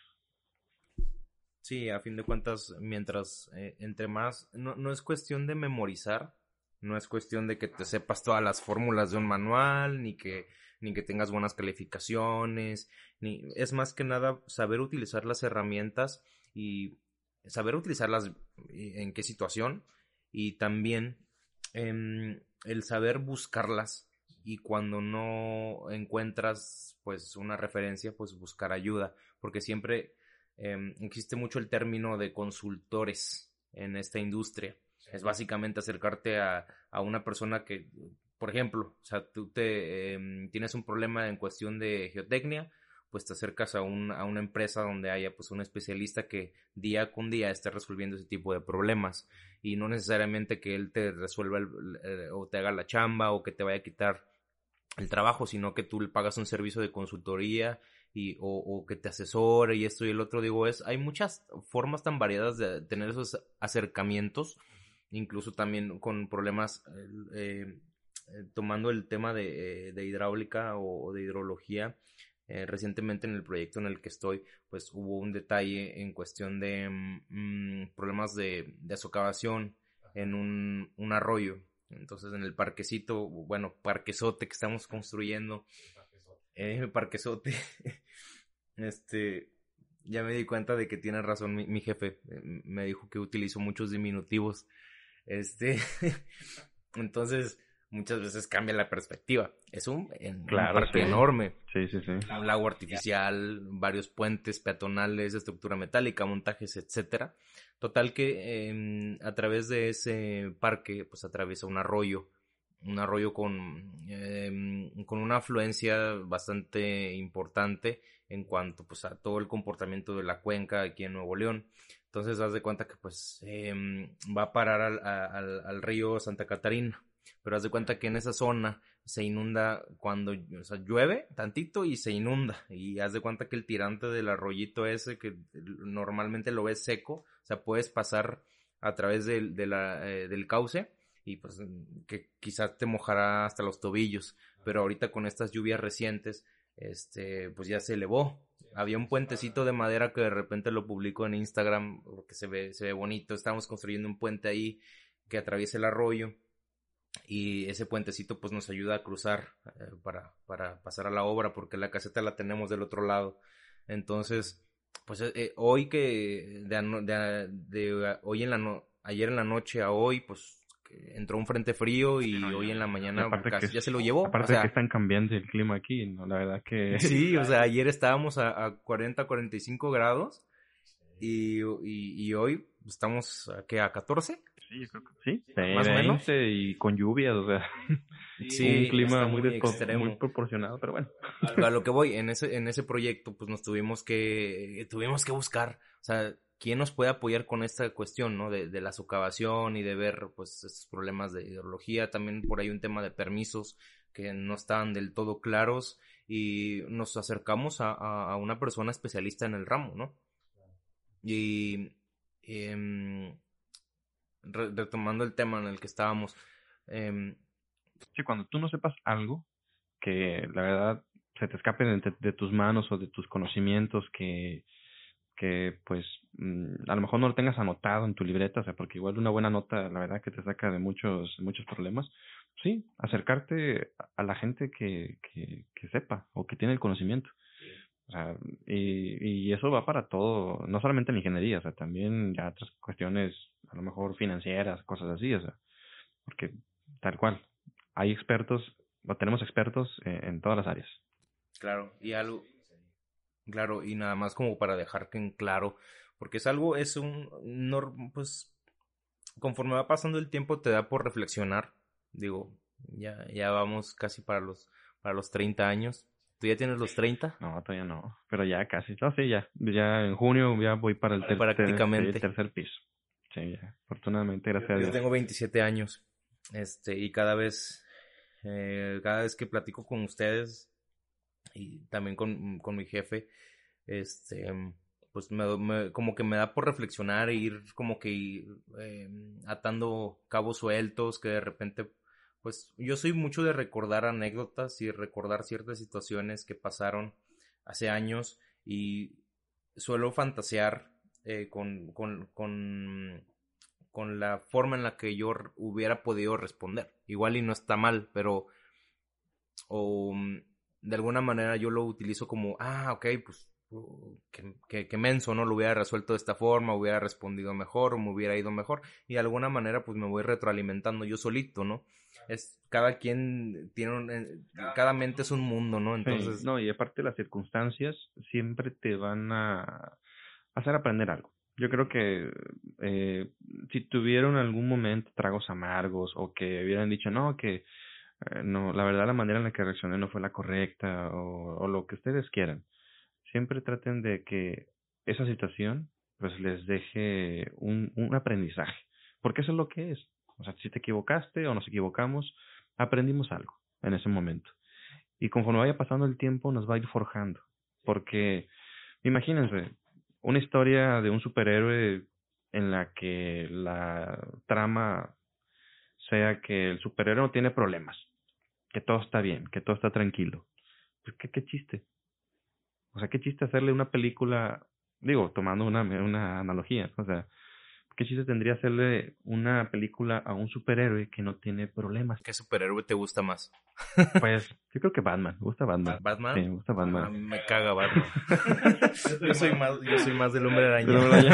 Sí, a fin de cuentas, mientras, eh, entre más, no, no es cuestión de memorizar, no es cuestión de que te sepas todas las fórmulas de un manual, ni que, ni que tengas buenas calificaciones, ni, es más que nada saber utilizar las herramientas y saber utilizarlas en qué situación y también em, el saber buscarlas y cuando no encuentras pues una referencia, pues buscar ayuda, porque siempre eh, existe mucho el término de consultores en esta industria. Es básicamente acercarte a, a una persona que, por ejemplo, o sea, tú te eh, tienes un problema en cuestión de geotecnia, pues te acercas a, un, a una empresa donde haya pues un especialista que día con día esté resolviendo ese tipo de problemas y no necesariamente que él te resuelva el, eh, o te haga la chamba o que te vaya a quitar el trabajo, sino que tú le pagas un servicio de consultoría y o, o que te asesore y esto y el otro. Digo, es hay muchas formas tan variadas de tener esos acercamientos, incluso también con problemas eh, eh, tomando el tema de, eh, de hidráulica o, o de hidrología. Eh, recientemente en el proyecto en el que estoy, pues hubo un detalle en cuestión de mmm, problemas de, de socavación en un, un arroyo. Entonces en el parquecito, bueno, parquezote que estamos construyendo, eh, el parquezote, este, ya me di cuenta de que tiene razón mi, mi jefe, eh, me dijo que utilizo muchos diminutivos, este, entonces muchas veces cambia la perspectiva. Es un, en, Claro, un parque sí. enorme. Sí, sí, sí. Un lago artificial, varios puentes peatonales, estructura metálica, montajes, etcétera. Total que eh, a través de ese parque pues atraviesa un arroyo, un arroyo con, eh, con una afluencia bastante importante en cuanto pues a todo el comportamiento de la cuenca aquí en Nuevo León. Entonces haz de cuenta que pues eh, va a parar al, al, al río Santa Catarina, pero haz de cuenta que en esa zona se inunda cuando, o sea, llueve tantito y se inunda. Y haz de cuenta que el tirante del arroyito ese, que normalmente lo ves seco, o sea, puedes pasar a través de, de la, eh, del cauce y pues que quizás te mojará hasta los tobillos. Pero ahorita con estas lluvias recientes, este, pues ya se elevó. Había un puentecito de madera que de repente lo publico en Instagram porque se ve, se ve bonito. Estamos construyendo un puente ahí que atraviesa el arroyo. Y ese puentecito pues nos ayuda a cruzar eh, para, para pasar a la obra porque la caseta la tenemos del otro lado. Entonces, pues eh, hoy que de, de, de, de hoy en la no, ayer en la noche a hoy pues entró un frente frío y no, hoy ya, en la mañana casi que, ya se lo llevó. Aparte o sea, de que es tan cambiante el clima aquí, ¿no? La verdad que... Sí, o sea, ayer estábamos a, a cuarenta, cuarenta y cinco grados y, y, y hoy estamos a, ¿qué? ¿A catorce? Sí, yo creo que sí, más o menos. Y con lluvias, o sea, sí, un clima muy, muy, extremo. Muy proporcionado, pero bueno. A lo que voy, en ese, en ese proyecto, pues nos tuvimos que, tuvimos que buscar, o sea, quién nos puede apoyar con esta cuestión, ¿no? De, de la socavación y de ver, pues, estos problemas de hidrología, también por ahí un tema de permisos que no estaban del todo claros y nos acercamos a, a, a una persona especialista en el ramo, ¿no? Y... Eh, retomando el tema en el que estábamos. Eh... Sí, cuando tú no sepas algo que la verdad se te escape de, de tus manos o de tus conocimientos que, que pues a lo mejor no lo tengas anotado en tu libreta, o sea, porque igual una buena nota la verdad que te saca de muchos muchos problemas. Sí, acercarte a la gente que, que, que sepa o que tiene el conocimiento. O sea, y, y eso va para todo, no solamente en ingeniería, o sea, también ya otras cuestiones, a lo mejor financieras, cosas así, o sea, porque tal cual, hay expertos, o tenemos expertos en, en todas las áreas. Claro, y algo, claro, y nada más como para dejar que en claro, porque es algo, es un, no, pues, conforme va pasando el tiempo te da por reflexionar, digo, ya, ya vamos casi para los para los treinta años. ¿Tú ya tienes los treinta? No, todavía no, pero ya casi. No, sí, ya. Ya en junio ya voy para el, ter- Prácticamente. el tercer piso. Sí, ya. Afortunadamente, gracias yo, a Dios. Yo tengo veintisiete años. Este, y cada vez, eh, cada vez que platico con ustedes y también con, con mi jefe, este, pues me, me, como que me da por reflexionar e ir como que ir, eh, atando cabos sueltos que de repente, pues yo soy mucho de recordar anécdotas y recordar ciertas situaciones que pasaron hace años y suelo fantasear eh, con, con, con, con la forma en la que yo hubiera podido responder. Igual y no está mal, pero o de alguna manera yo lo utilizo como, ah, ok, pues que, que, que menso, ¿no? Lo hubiera resuelto de esta forma, hubiera respondido mejor, o me hubiera ido mejor, y de alguna manera pues me voy retroalimentando yo solito, ¿no? Es, cada quien tiene un, cada mente es un mundo, ¿no? Entonces... Sí, no, y aparte las circunstancias siempre te van a hacer aprender algo. Yo creo que eh, si tuvieron en algún momento tragos amargos o que hubieran dicho, no, que eh, no, la verdad la manera en la que reaccioné no fue la correcta o, o lo que ustedes quieran, siempre traten de que esa situación pues les deje un, un aprendizaje, porque eso es lo que es. O sea, si te equivocaste o nos equivocamos, aprendimos algo en ese momento. Y conforme vaya pasando el tiempo nos va a ir forjando, porque imagínense, una historia de un superhéroe en la que la trama sea que el superhéroe no tiene problemas, que todo está bien, que todo está tranquilo. Pues qué, qué chiste. O sea, qué chiste hacerle una película, digo, tomando una, una analogía, o sea, qué chiste tendría hacerle una película a un superhéroe que no tiene problemas. ¿Qué superhéroe te gusta más? Pues yo creo que Batman, me gusta Batman. ¿Batman? Sí, me gusta Batman. A mí me caga Batman. yo soy más, yo soy más del Hombre Araña.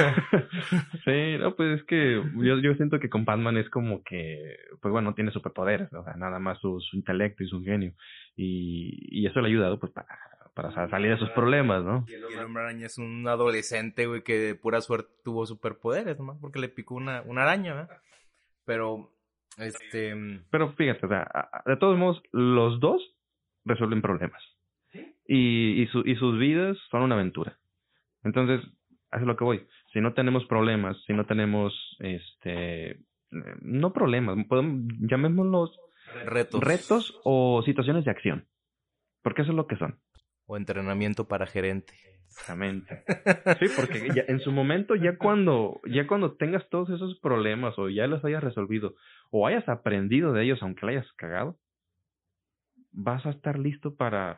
Sí, no, pues es que yo, yo siento que con Batman es como que, pues bueno, no tiene superpoderes, o sea, nada más su, su intelecto y su genio. Y, y eso le ha ayudado, pues, para, para salir de sus problemas, ¿no? Y el, y el Hombre Araña es un adolescente, güey, que de pura suerte tuvo superpoderes, nomás porque le picó una, una araña, ¿verdad? Pero, este... Pero fíjate, o sea, de todos modos, los dos resuelven problemas. ¿Sí? Y, y, su, y sus vidas son una aventura. Entonces, eso es lo que voy. Si no tenemos problemas, si no tenemos, este, no problemas, podemos, llamémoslos retos. retos o situaciones de acción. Porque eso es lo que son. O entrenamiento para gerente. Exactamente. Sí, porque ya, en su momento, ya cuando, ya cuando tengas todos esos problemas o ya los hayas resolvido o hayas aprendido de ellos, aunque la hayas cagado, vas a estar listo para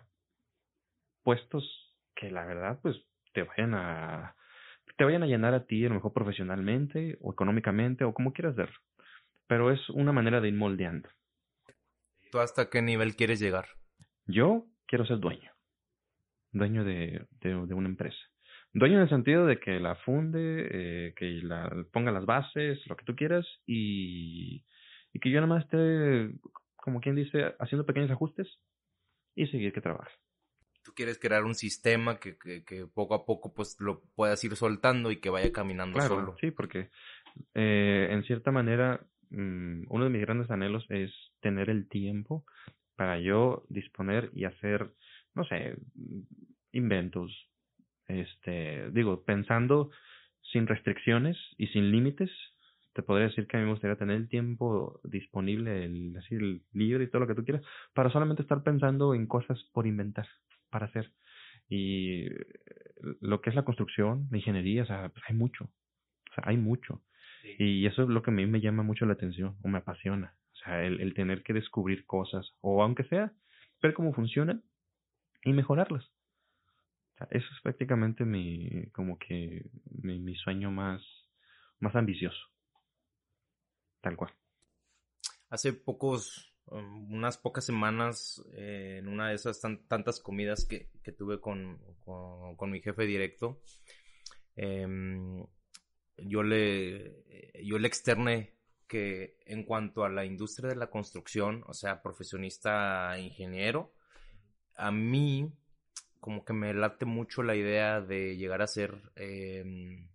puestos que la verdad, pues, te vayan a, te vayan a llenar a ti, a lo mejor profesionalmente o económicamente o como quieras verlo. Pero es una manera de ir moldeando. ¿Tú hasta qué nivel quieres llegar? Yo quiero ser dueño. Dueño de, de, de una empresa. Dueño en el sentido de que la funde, eh, que la ponga las bases, lo que tú quieras, y, y que yo nada más esté, como quien dice, haciendo pequeños ajustes y seguir que trabaje. Tú quieres crear un sistema que, que, que poco a poco pues lo puedas ir soltando y que vaya caminando claro, solo. Sí, porque eh, en cierta manera um, uno de mis grandes anhelos es tener el tiempo para yo disponer y hacer, no sé, inventos, este, digo, pensando sin restricciones y sin límites. Te podría decir que a mí me gustaría tener el tiempo disponible, el, así, el libre y todo lo que tú quieras, para solamente estar pensando en cosas por inventar, para hacer. Y lo que es la construcción, la ingeniería, o sea, pues hay mucho, o sea, hay mucho. Sí. Y eso es lo que a mí me llama mucho la atención, o me apasiona. O sea, el, el tener que descubrir cosas, o aunque sea, ver cómo funcionan y mejorarlas. O sea, eso es prácticamente mi, como que, mi, mi sueño más, más ambicioso. Tal cual. Hace pocos, um, unas pocas semanas, eh, en una de esas tan, tantas comidas que, que tuve con, con, con mi jefe directo, eh, yo le, yo le externé que en cuanto a la industria de la construcción, o sea, profesionista ingeniero, a mí como que me late mucho la idea de llegar a ser... Eh,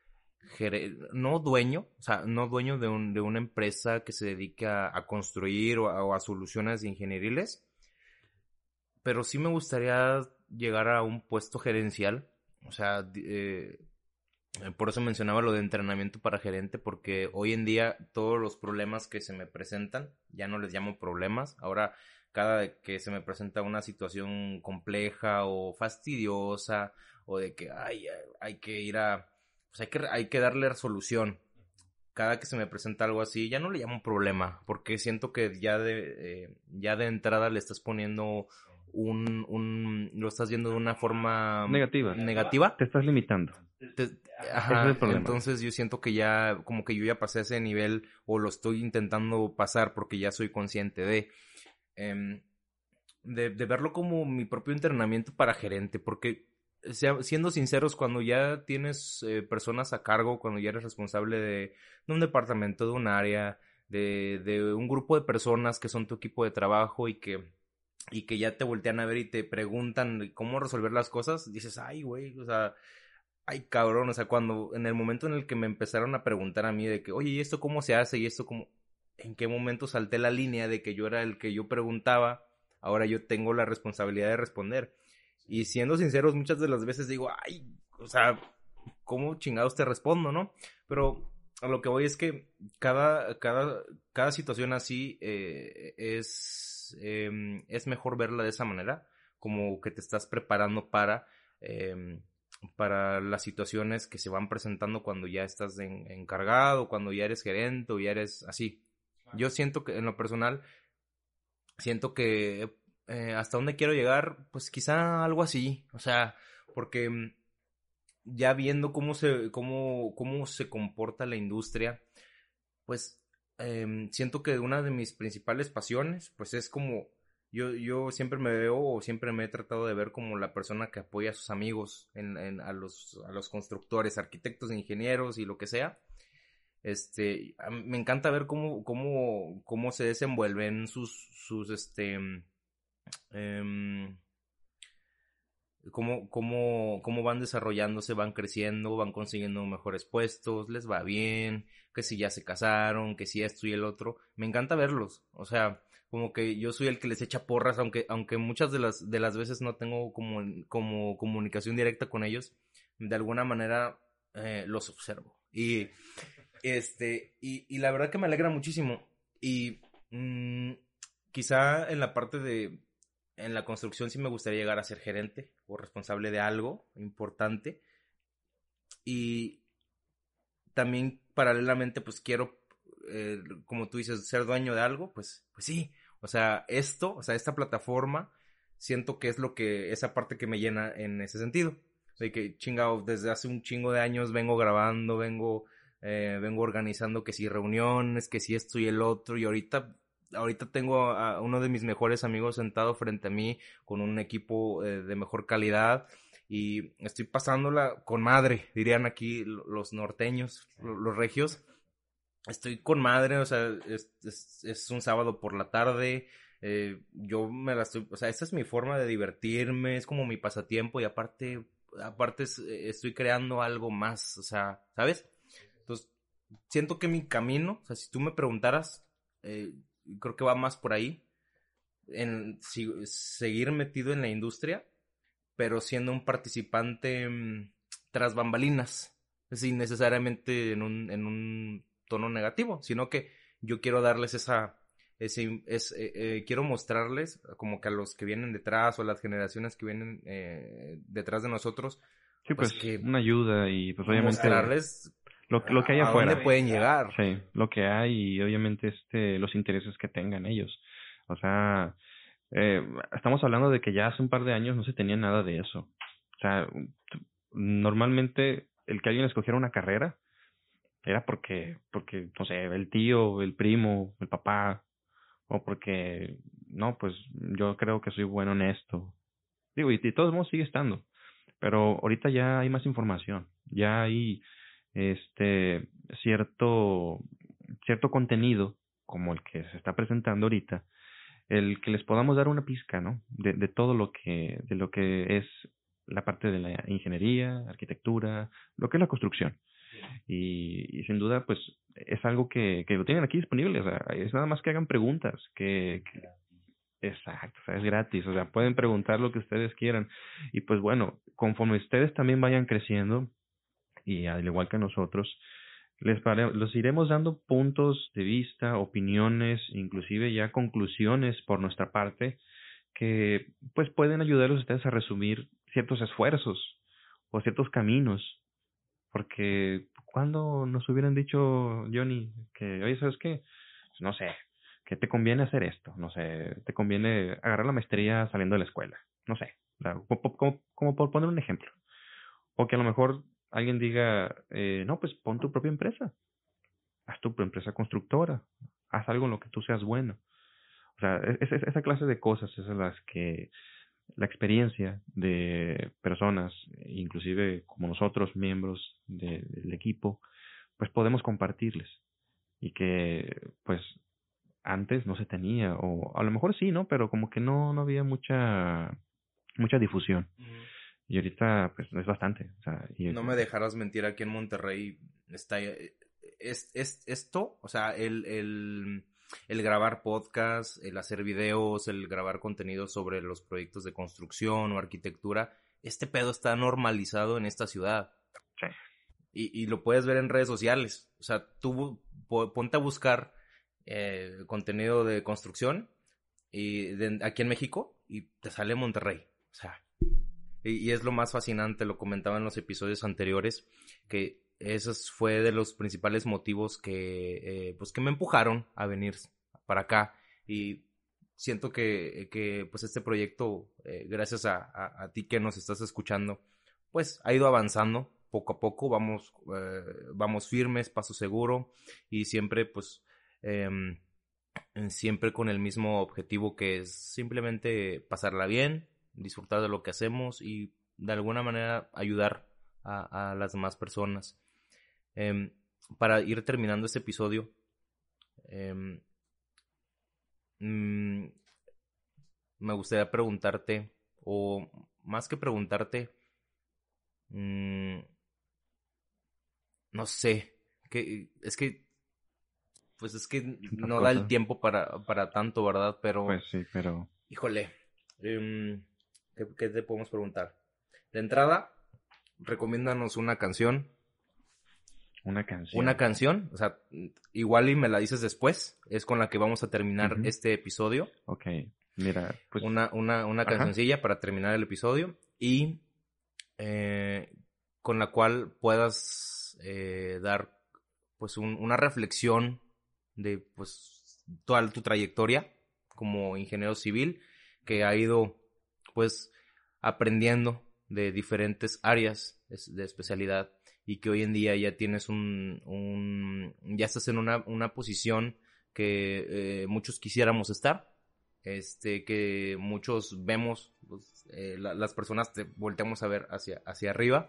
no dueño, o sea, no dueño de, un, de una empresa que se dedica a, a construir o a, o a soluciones ingenieriles, pero sí me gustaría llegar a un puesto gerencial. O sea, eh, por eso mencionaba lo de entrenamiento para gerente, porque hoy en día todos los problemas que se me presentan, ya no les llamo problemas, ahora cada que se me presenta una situación compleja o fastidiosa, o de que ay, hay que ir a, pues hay que, hay que darle resolución. Cada que se me presenta algo así, ya no le llamo problema, porque siento que ya de, eh, ya de entrada le estás poniendo un, un, lo estás viendo de una forma Negativa. negativa. Te estás limitando. Te, ajá, ese es el problema. Entonces yo siento que ya, como que yo ya pasé ese nivel, o lo estoy intentando pasar porque ya soy consciente de, eh, de, de verlo como mi propio entrenamiento para gerente, porque sea, siendo sinceros, cuando ya tienes eh, personas a cargo, cuando ya eres responsable de, de un departamento, de un área, de, de un grupo de personas que son tu equipo de trabajo y que, y que ya te voltean a ver y te preguntan cómo resolver las cosas, dices, ay, güey, o sea, ay, cabrón, o sea, cuando, en el momento en el que me empezaron a preguntar a mí de que, oye, ¿y esto cómo se hace? Y esto cómo, ¿en qué momento salté la línea de que yo era el que yo preguntaba? Ahora yo tengo la responsabilidad de responder. Y siendo sinceros, muchas de las veces digo, ay, o sea, ¿cómo chingados te respondo, no? Pero a lo que voy es que cada, cada, cada situación así eh, es, eh, es mejor verla de esa manera, como que te estás preparando para, eh, para las situaciones que se van presentando cuando ya estás en, encargado, cuando ya eres gerente o ya eres así. Yo siento que en lo personal, siento que eh, hasta dónde quiero llegar, pues quizá algo así, o sea, porque mm, ya viendo cómo se, cómo, cómo se comporta la industria, pues eh, siento que una de mis principales pasiones, pues es como, yo, yo siempre me veo o siempre me he tratado de ver como la persona que apoya a sus amigos, en, en, a, los, a los constructores, arquitectos, ingenieros y lo que sea. Este, me encanta ver cómo, cómo, cómo se desenvuelven sus, sus, este, eh, cómo, cómo, cómo van desarrollándose, van creciendo, van consiguiendo mejores puestos, les va bien, que si ya se casaron, que si esto y el otro. Me encanta verlos, o sea, como que yo soy el que les echa porras, aunque, aunque muchas de las, de las veces no tengo como, como comunicación directa con ellos, de alguna manera eh, los observo. Y, este, y, y la verdad que me alegra muchísimo. Y mmm, quizá en la parte de, en la construcción sí me gustaría llegar a ser gerente o responsable de algo importante. Y también paralelamente pues quiero, eh, como tú dices, ser dueño de algo, pues, pues sí. O sea, esto, o sea, esta plataforma, siento que es lo que, esa parte que me llena en ese sentido. De que chingado, desde hace un chingo de años vengo grabando, vengo, eh, vengo organizando que si reuniones, que si esto y el otro, y ahorita ahorita tengo a uno de mis mejores amigos sentado frente a mí con un equipo eh, de mejor calidad y estoy pasándola con madre, dirían aquí los norteños, los regios. Estoy con madre, o sea, es, es, es un sábado por la tarde, eh, yo me la estoy, o sea, esta es mi forma de divertirme, es como mi pasatiempo y aparte, aparte es, estoy creando algo más, o sea, ¿sabes? Entonces, siento que mi camino, o sea, si tú me preguntaras, eh, creo que va más por ahí, en si, seguir metido en la industria, pero siendo un participante mmm, tras bambalinas, sin necesariamente en un, en un tono negativo, sino que yo quiero darles esa, ese, es, eh, eh, quiero mostrarles como que a los que vienen detrás o a las generaciones que vienen eh, detrás de nosotros, sí, pues, pues que una ayuda y pues obviamente mostrarles lo, lo que hay a afuera. dónde pueden llegar. Sí, lo que hay y obviamente este los intereses que tengan ellos. O sea, eh, estamos hablando de que ya hace un par de años no se tenía nada de eso. O sea, normalmente el que alguien escogiera una carrera era porque, porque, no sé, el tío, el primo, el papá, o porque, no, pues yo creo que soy bueno en esto. Digo, y de todos modos sigue estando. Pero ahorita ya hay más información, ya hay este cierto cierto contenido como el que se está presentando ahorita, el que les podamos dar una pizca, ¿no? De, de todo lo que de lo que es la parte de la ingeniería, arquitectura, lo que es la construcción. Y, y sin duda, pues es algo que, que lo tienen aquí disponible. O sea, es nada más que hagan preguntas, que, que Exacto, o sea, es gratis, o sea, pueden preguntar lo que ustedes quieran. Y pues bueno, conforme ustedes también vayan creciendo, y al igual que nosotros, les pare- los iremos dando puntos de vista, opiniones, inclusive ya conclusiones por nuestra parte, que pues pueden ayudarlos a ustedes a resumir ciertos esfuerzos o ciertos caminos. Porque cuando nos hubieran dicho, Johnny, que, oye, ¿sabes qué? No sé, que te conviene hacer esto, no sé, te conviene agarrar la maestría saliendo de la escuela, no sé, o sea, como, como- como por poner un ejemplo. O que a lo mejor alguien diga, eh, no, pues pon tu propia empresa, haz tu propia empresa constructora, haz algo en lo que tú seas bueno. O sea, es, es- esa clase de cosas es las que la experiencia de personas, inclusive como nosotros, miembros de- del equipo, pues podemos compartirles. Y que, pues, antes no se tenía, o a lo mejor sí, ¿no? Pero como que no, no había mucha, mucha difusión. Ujú. Y ahorita, pues, es bastante. O sea, y, No me dejarás mentir, aquí en Monterrey está eh, es, es esto, o sea, el, el, el grabar podcast, el hacer videos, el grabar contenido sobre los proyectos de construcción o arquitectura, este pedo está normalizado en esta ciudad. sí. Y, y lo puedes ver en redes sociales. O sea, tú po- ponte a buscar eh, contenido de construcción y de- aquí en México y te sale Monterrey. O sea, y, y es lo más fascinante, lo comentaba en los episodios anteriores, que eso fue de los principales motivos que, eh, pues que me empujaron a venir para acá. Y siento que, que pues este proyecto, eh, gracias a, a, a ti que nos estás escuchando, pues ha ido avanzando poco a poco, vamos, eh, vamos firmes, paso seguro y siempre pues eh, siempre con el mismo objetivo que es simplemente pasarla bien, disfrutar de lo que hacemos y de alguna manera ayudar a, a las demás personas. Eh, para ir terminando este episodio, eh, mmm, me gustaría preguntarte, o más que preguntarte, mmm, no sé, que es que pues es que Tantas no da el cosas. tiempo para, para tanto, ¿verdad? Pero, Pues sí, pero híjole, eh, ¿qué, ¿qué te podemos preguntar? De entrada, recomiéndanos una canción. una Una canción. canción, o sea, igual y me la dices después, es con la que vamos a terminar Ujú. este episodio. Ok, mira, pues, Una, una, una ajá, cancioncilla para terminar el episodio y eh, con la cual puedas eh, dar pues un- una reflexión de pues toda tu trayectoria como ingeniero civil que ha ido pues aprendiendo de diferentes áreas es- de especialidad y que hoy en día ya tienes un, un ya estás en una, una posición que eh, muchos quisiéramos estar, este que muchos vemos, pues, eh, la- las personas te volteamos a ver hacia, hacia arriba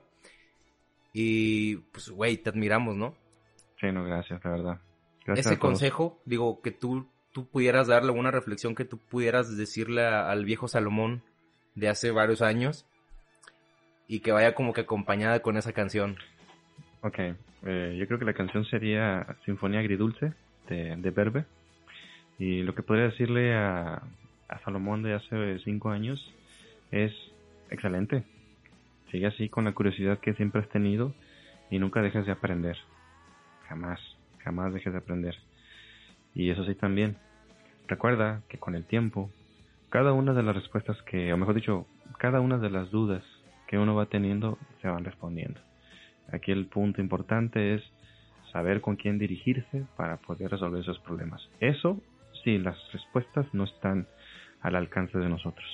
y pues güey, te admiramos, ¿no? sí, no, gracias, la verdad. Gracias Ese a todos. consejo, digo, que tú, tú pudieras darle una reflexión, que tú pudieras decirle a- al viejo Salomón de hace varios años y que vaya como que acompañada con esa canción. Ok, eh, yo creo que la canción sería Sinfonía Agridulce de, de Verbe. Y lo que podría decirle a, a Salomón de hace cinco años es excelente. Sigue así con la curiosidad que siempre has tenido y nunca dejes de aprender. Jamás, jamás dejes de aprender. Y eso sí también, recuerda que con el tiempo, cada una de las respuestas que, o mejor dicho, cada una de las dudas que uno va teniendo se van respondiendo. Aquí el punto importante es saber con quién dirigirse para poder resolver esos problemas. Eso sí, las respuestas no están al alcance de nosotros.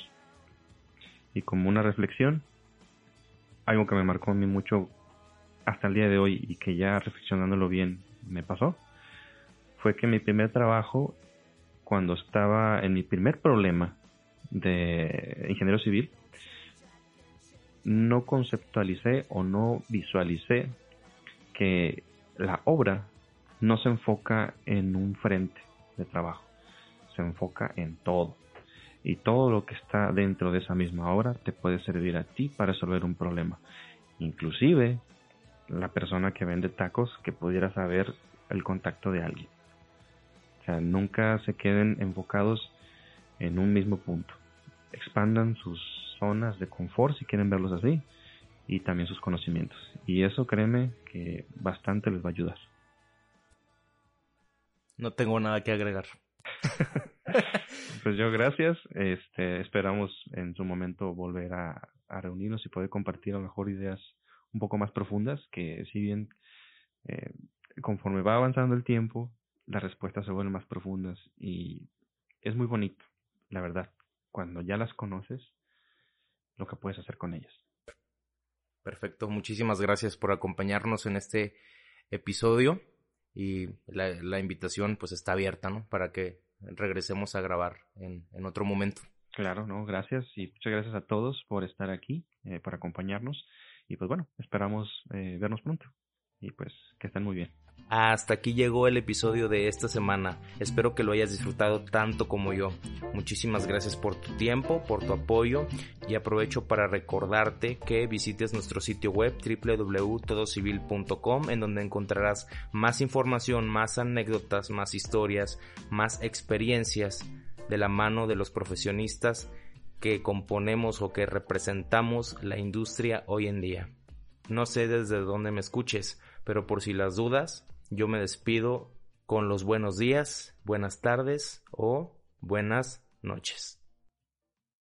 Y como una reflexión, algo que me marcó a mí mucho hasta el día de hoy y que ya reflexionándolo bien me pasó, fue que mi primer trabajo, cuando estaba en mi primer problema de ingeniero civil, no conceptualicé o no visualicé que la obra no se enfoca en un frente de trabajo, se enfoca en todo. Y todo lo que está dentro de esa misma obra te puede servir a ti para resolver un problema. Inclusive la persona que vende tacos que pudiera saber el contacto de alguien. O sea, nunca se queden enfocados en un mismo punto. Expandan sus zonas de confort, si quieren verlos así, y también sus conocimientos. Y eso, créeme, que bastante les va a ayudar. No tengo nada que agregar. Pues yo gracias. Este, esperamos en su momento volver a, a reunirnos y poder compartir a lo mejor ideas un poco más profundas, que si bien eh, conforme va avanzando el tiempo, las respuestas se vuelven más profundas y es muy bonito, la verdad, cuando ya las conoces, lo que puedes hacer con ellas. Perfecto, muchísimas gracias por acompañarnos en este episodio y la, la invitación pues está abierta, ¿no? Para que regresemos a grabar en, en otro momento. Claro, no, gracias y muchas gracias a todos por estar aquí, eh, por acompañarnos y pues bueno, esperamos eh, vernos pronto y pues que estén muy bien. Hasta aquí llegó el episodio de esta semana. Espero que lo hayas disfrutado tanto como yo. Muchísimas gracias por tu tiempo, por tu apoyo y aprovecho para recordarte que visites nuestro sitio web doble u doble u doble u punto todo civil punto com, en donde encontrarás más información, más anécdotas, más historias, más experiencias de la mano de los profesionistas que componemos o que representamos la industria hoy en día. No sé desde dónde me escuches, pero por si las dudas, yo me despido con los buenos días, buenas tardes o buenas noches.